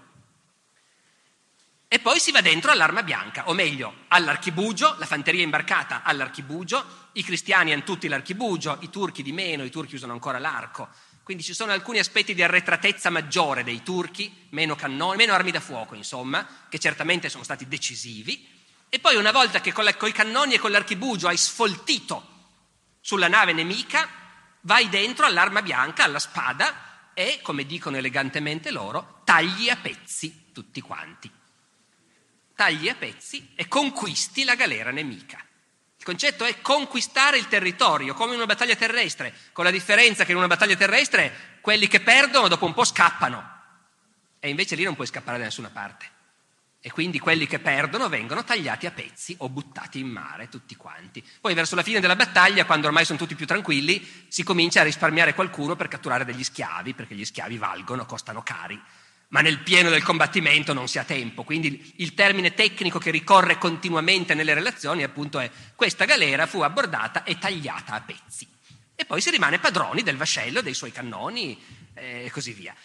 Speaker 2: E poi si va dentro all'arma bianca, o meglio, all'archibugio, la fanteria imbarcata all'archibugio, i cristiani hanno tutti l'archibugio, i turchi di meno, i turchi usano ancora l'arco, quindi ci sono alcuni aspetti di arretratezza maggiore dei turchi, meno cannoni, meno armi da fuoco, insomma, che certamente sono stati decisivi. E poi una volta che con i cannoni e con l'archibugio hai sfoltito sulla nave nemica, vai dentro all'arma bianca, alla spada, e, come dicono elegantemente loro, tagli a pezzi tutti quanti. Tagli a pezzi e conquisti la galera nemica. Il concetto è conquistare il territorio, come in una battaglia terrestre, con la differenza che in una battaglia terrestre quelli che perdono dopo un po' scappano, e invece lì non puoi scappare da nessuna parte. E quindi quelli che perdono vengono tagliati a pezzi o buttati in mare tutti quanti. Poi verso la fine della battaglia, quando ormai sono tutti più tranquilli, si comincia a risparmiare qualcuno per catturare degli schiavi, perché gli schiavi valgono, costano cari, ma nel pieno del combattimento non si ha tempo. Quindi il termine tecnico che ricorre continuamente nelle relazioni appunto è: questa galera fu abbordata e tagliata a pezzi. E poi si rimane padroni del vascello, dei suoi cannoni eh, e così via.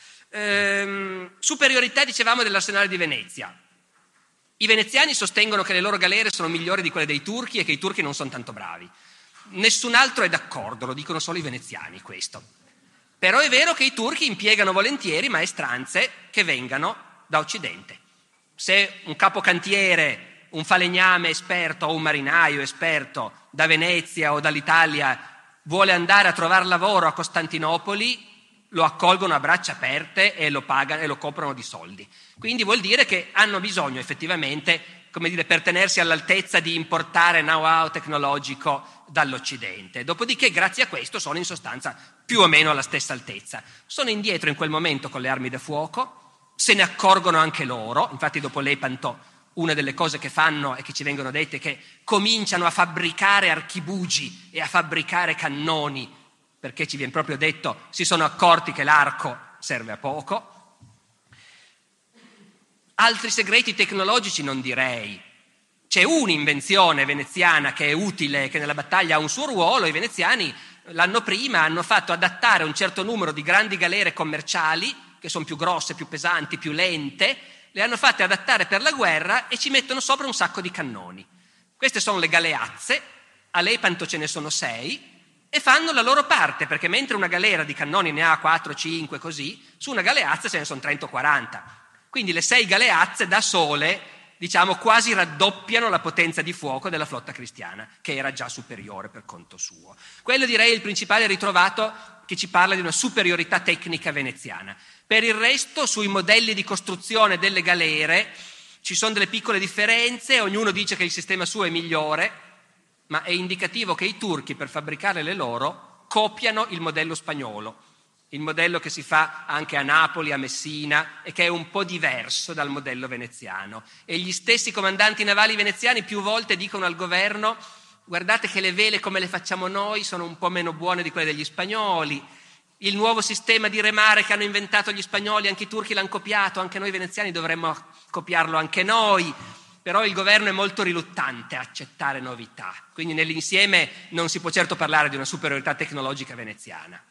Speaker 2: Ehm, superiorità, dicevamo, dell'arsenale di Venezia. I veneziani sostengono che le loro galere sono migliori di quelle dei turchi e che i turchi non sono tanto bravi. Nessun altro è d'accordo, lo dicono solo i veneziani questo. Però è vero che i turchi impiegano volentieri maestranze che vengano da Occidente. Se un capocantiere, un falegname esperto o un marinaio esperto da Venezia o dall'Italia vuole andare a trovare lavoro a Costantinopoli, lo accolgono a braccia aperte e lo pagano e lo coprono di soldi. Quindi vuol dire che hanno bisogno effettivamente, come dire, per tenersi all'altezza, di importare know-how tecnologico dall'Occidente. Dopodiché, grazie a questo, sono in sostanza più o meno alla stessa altezza. Sono indietro in quel momento con le armi da fuoco, se ne accorgono anche loro. Infatti dopo Lepanto una delle cose che fanno e che ci vengono dette è che cominciano a fabbricare archibugi e a fabbricare cannoni, perché ci viene proprio detto, si sono accorti che l'arco serve a poco. Altri segreti tecnologici non direi. C'è un'invenzione veneziana che è utile, che nella battaglia ha un suo ruolo. I veneziani l'anno prima hanno fatto adattare un certo numero di grandi galere commerciali, che sono più grosse, più pesanti, più lente, le hanno fatte adattare per la guerra e ci mettono sopra un sacco di cannoni. Queste sono le galeazze, a Lepanto ce ne sono sei, e fanno la loro parte, perché mentre una galera di cannoni ne ha quattro cinque così, su una galeazza ce ne sono trenta o quaranta. Quindi le sei galeazze da sole diciamo quasi raddoppiano la potenza di fuoco della flotta cristiana, che era già superiore per conto suo. Quello direi è il principale ritrovato che ci parla di una superiorità tecnica veneziana. Per il resto, sui modelli di costruzione delle galere ci sono delle piccole differenze, ognuno dice che il sistema suo è migliore, ma è indicativo che i turchi per fabbricare le loro copiano il modello spagnolo, il modello che si fa anche a Napoli, a Messina, e che è un po' diverso dal modello veneziano. E gli stessi comandanti navali veneziani più volte dicono al governo: guardate che le vele come le facciamo noi sono un po' meno buone di quelle degli spagnoli, il nuovo sistema di remare che hanno inventato gli spagnoli anche i turchi l'hanno copiato, anche noi veneziani dovremmo copiarlo anche noi. Però il governo è molto riluttante a accettare novità, quindi nell'insieme non si può certo parlare di una superiorità tecnologica veneziana.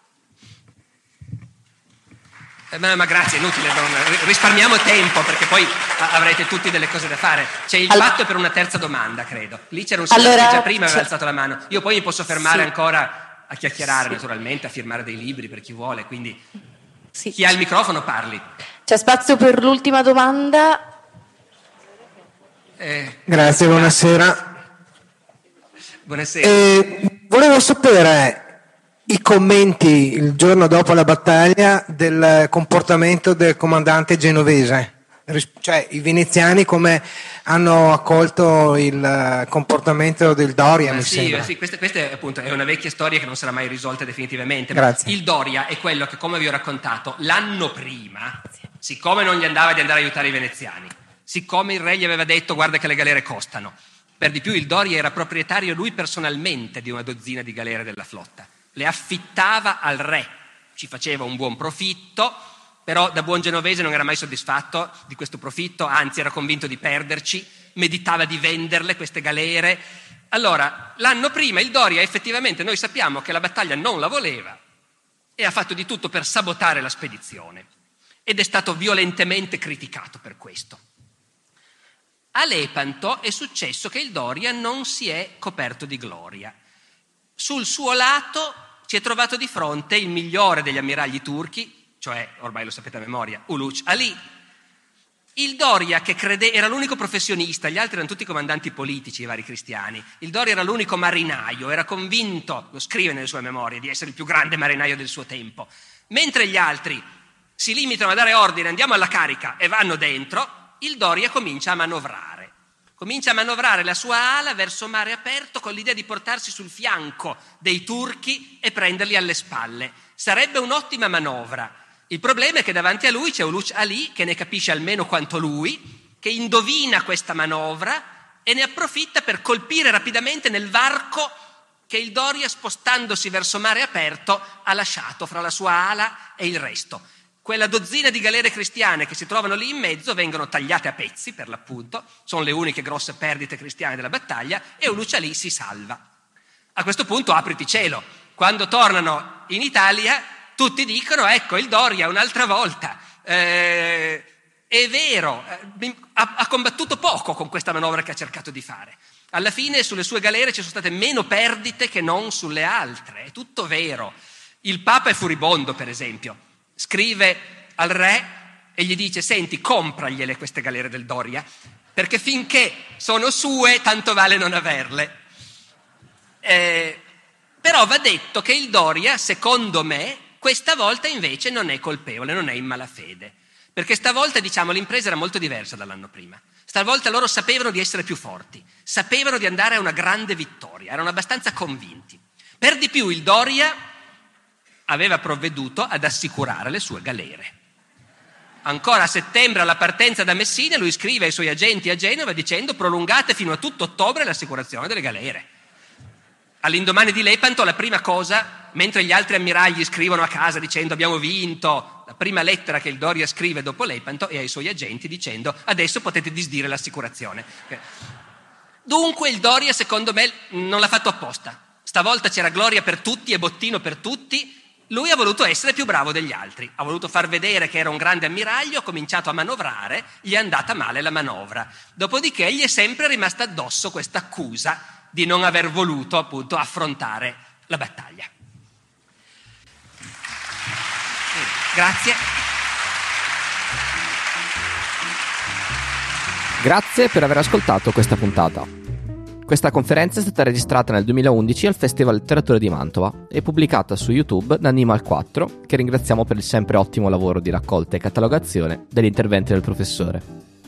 Speaker 2: Ma, ma grazie, è inutile, non, risparmiamo tempo perché poi avrete tutti delle cose da fare. C'è il allora, patto per una terza domanda, credo. Lì c'era un signore allora, che già prima aveva alzato la mano. Io poi mi posso fermare sì. ancora a chiacchierare, sì. naturalmente, a firmare dei libri per chi vuole, quindi sì. chi ha il microfono parli.
Speaker 5: C'è spazio per l'ultima domanda.
Speaker 6: Eh, grazie, buonasera.
Speaker 2: Buonasera.
Speaker 6: Eh, volevo sapere i commenti il giorno dopo la battaglia del comportamento del comandante genovese, cioè i veneziani come hanno accolto il comportamento del Doria.
Speaker 2: Ma
Speaker 6: mi
Speaker 2: sì,
Speaker 6: sembra.
Speaker 2: sì, questa, questa è appunto è una vecchia storia che non sarà mai risolta definitivamente.
Speaker 6: Grazie.
Speaker 2: Il Doria è quello che, come vi ho raccontato, l'anno prima, siccome non gli andava di andare a aiutare i veneziani, siccome il re gli aveva detto guarda che le galere costano, per di più il Doria era proprietario lui personalmente di una dozzina di galere della flotta, le affittava al re, ci faceva un buon profitto, però da buon genovese non era mai soddisfatto di questo profitto, anzi era convinto di perderci, meditava di venderle queste galere. Allora, l'anno prima il Doria effettivamente, noi sappiamo che la battaglia non la voleva e ha fatto di tutto per sabotare la spedizione ed è stato violentemente criticato per questo. A Lepanto è successo che il Doria non si è coperto di gloria. Sul suo lato si è trovato di fronte il migliore degli ammiragli turchi, cioè, ormai lo sapete a memoria, Uluç Ali. Il Doria, che crede, era l'unico professionista, gli altri erano tutti comandanti politici, i vari cristiani. Il Doria era l'unico marinaio, era convinto, lo scrive nelle sue memorie, di essere il più grande marinaio del suo tempo. Mentre gli altri si limitano a dare ordine, andiamo alla carica e vanno dentro, il Doria comincia a manovrare. Comincia a manovrare la sua ala verso mare aperto con l'idea di portarsi sul fianco dei turchi e prenderli alle spalle. Sarebbe un'ottima manovra. Il problema è che davanti a lui c'è Uluç Ali, che ne capisce almeno quanto lui, che indovina questa manovra e ne approfitta per colpire rapidamente nel varco che il Doria, spostandosi verso mare aperto, ha lasciato fra la sua ala e il resto. Quella dozzina di galere cristiane che si trovano lì in mezzo vengono tagliate a pezzi, per l'appunto, sono le uniche grosse perdite cristiane della battaglia, e Uluç Ali si salva. A questo punto apriti cielo. Quando tornano in Italia tutti dicono ecco il Doria un'altra volta, eh, è vero, eh, ha, ha combattuto poco con questa manovra che ha cercato di fare. Alla fine sulle sue galere ci sono state meno perdite che non sulle altre, è tutto vero. Il Papa è furibondo, per esempio. Scrive al re e gli dice senti, compragliele queste galere del Doria, perché finché sono sue tanto vale non averle. Eh, però va detto che il Doria, secondo me, questa volta invece non è colpevole, non è in malafede, perché stavolta, diciamo, l'impresa era molto diversa dall'anno prima. Stavolta loro sapevano di essere più forti, sapevano di andare a una grande vittoria, erano abbastanza convinti. Per di più il Doria aveva provveduto ad assicurare le sue galere. Ancora a settembre, alla partenza da Messina, lui scrive ai suoi agenti a Genova dicendo prolungate fino a tutto ottobre l'assicurazione delle galere. All'indomani di Lepanto la prima cosa, mentre gli altri ammiragli scrivono a casa dicendo abbiamo vinto, la prima lettera che il Doria scrive dopo Lepanto è ai suoi agenti dicendo adesso potete disdire l'assicurazione. Dunque il Doria, secondo me, non l'ha fatto apposta. Stavolta c'era gloria per tutti e bottino per tutti. Lui ha voluto essere più bravo degli altri, ha voluto far vedere che era un grande ammiraglio, ha cominciato a manovrare, gli è andata male la manovra. Dopodiché gli è sempre rimasta addosso questa accusa di non aver voluto appunto affrontare la battaglia. Grazie.
Speaker 1: Grazie per aver ascoltato questa puntata. Questa conferenza è stata registrata nel duemilaundici al Festival Letteratura di Mantova e pubblicata su YouTube da Animal quattro, che ringraziamo per il sempre ottimo lavoro di raccolta e catalogazione degli interventi del professore.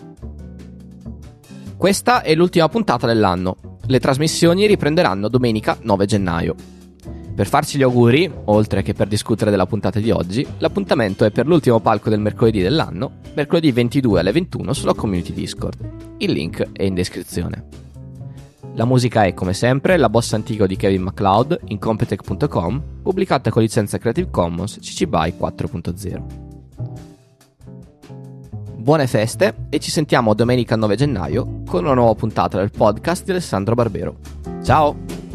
Speaker 1: Questa è l'ultima puntata dell'anno. Le trasmissioni riprenderanno domenica nove gennaio. Per farci gli auguri, oltre che per discutere della puntata di oggi, l'appuntamento è per l'ultimo palco del mercoledì dell'anno, mercoledì ventidue alle ventuno sulla community Discord. Il link è in descrizione. La musica è, come sempre, La bossa antico di Kevin MacLeod in Competech punto com, pubblicata con licenza Creative Commons C C B Y quattro punto zero. Buone feste e ci sentiamo domenica nove gennaio con una nuova puntata del podcast di Alessandro Barbero. Ciao!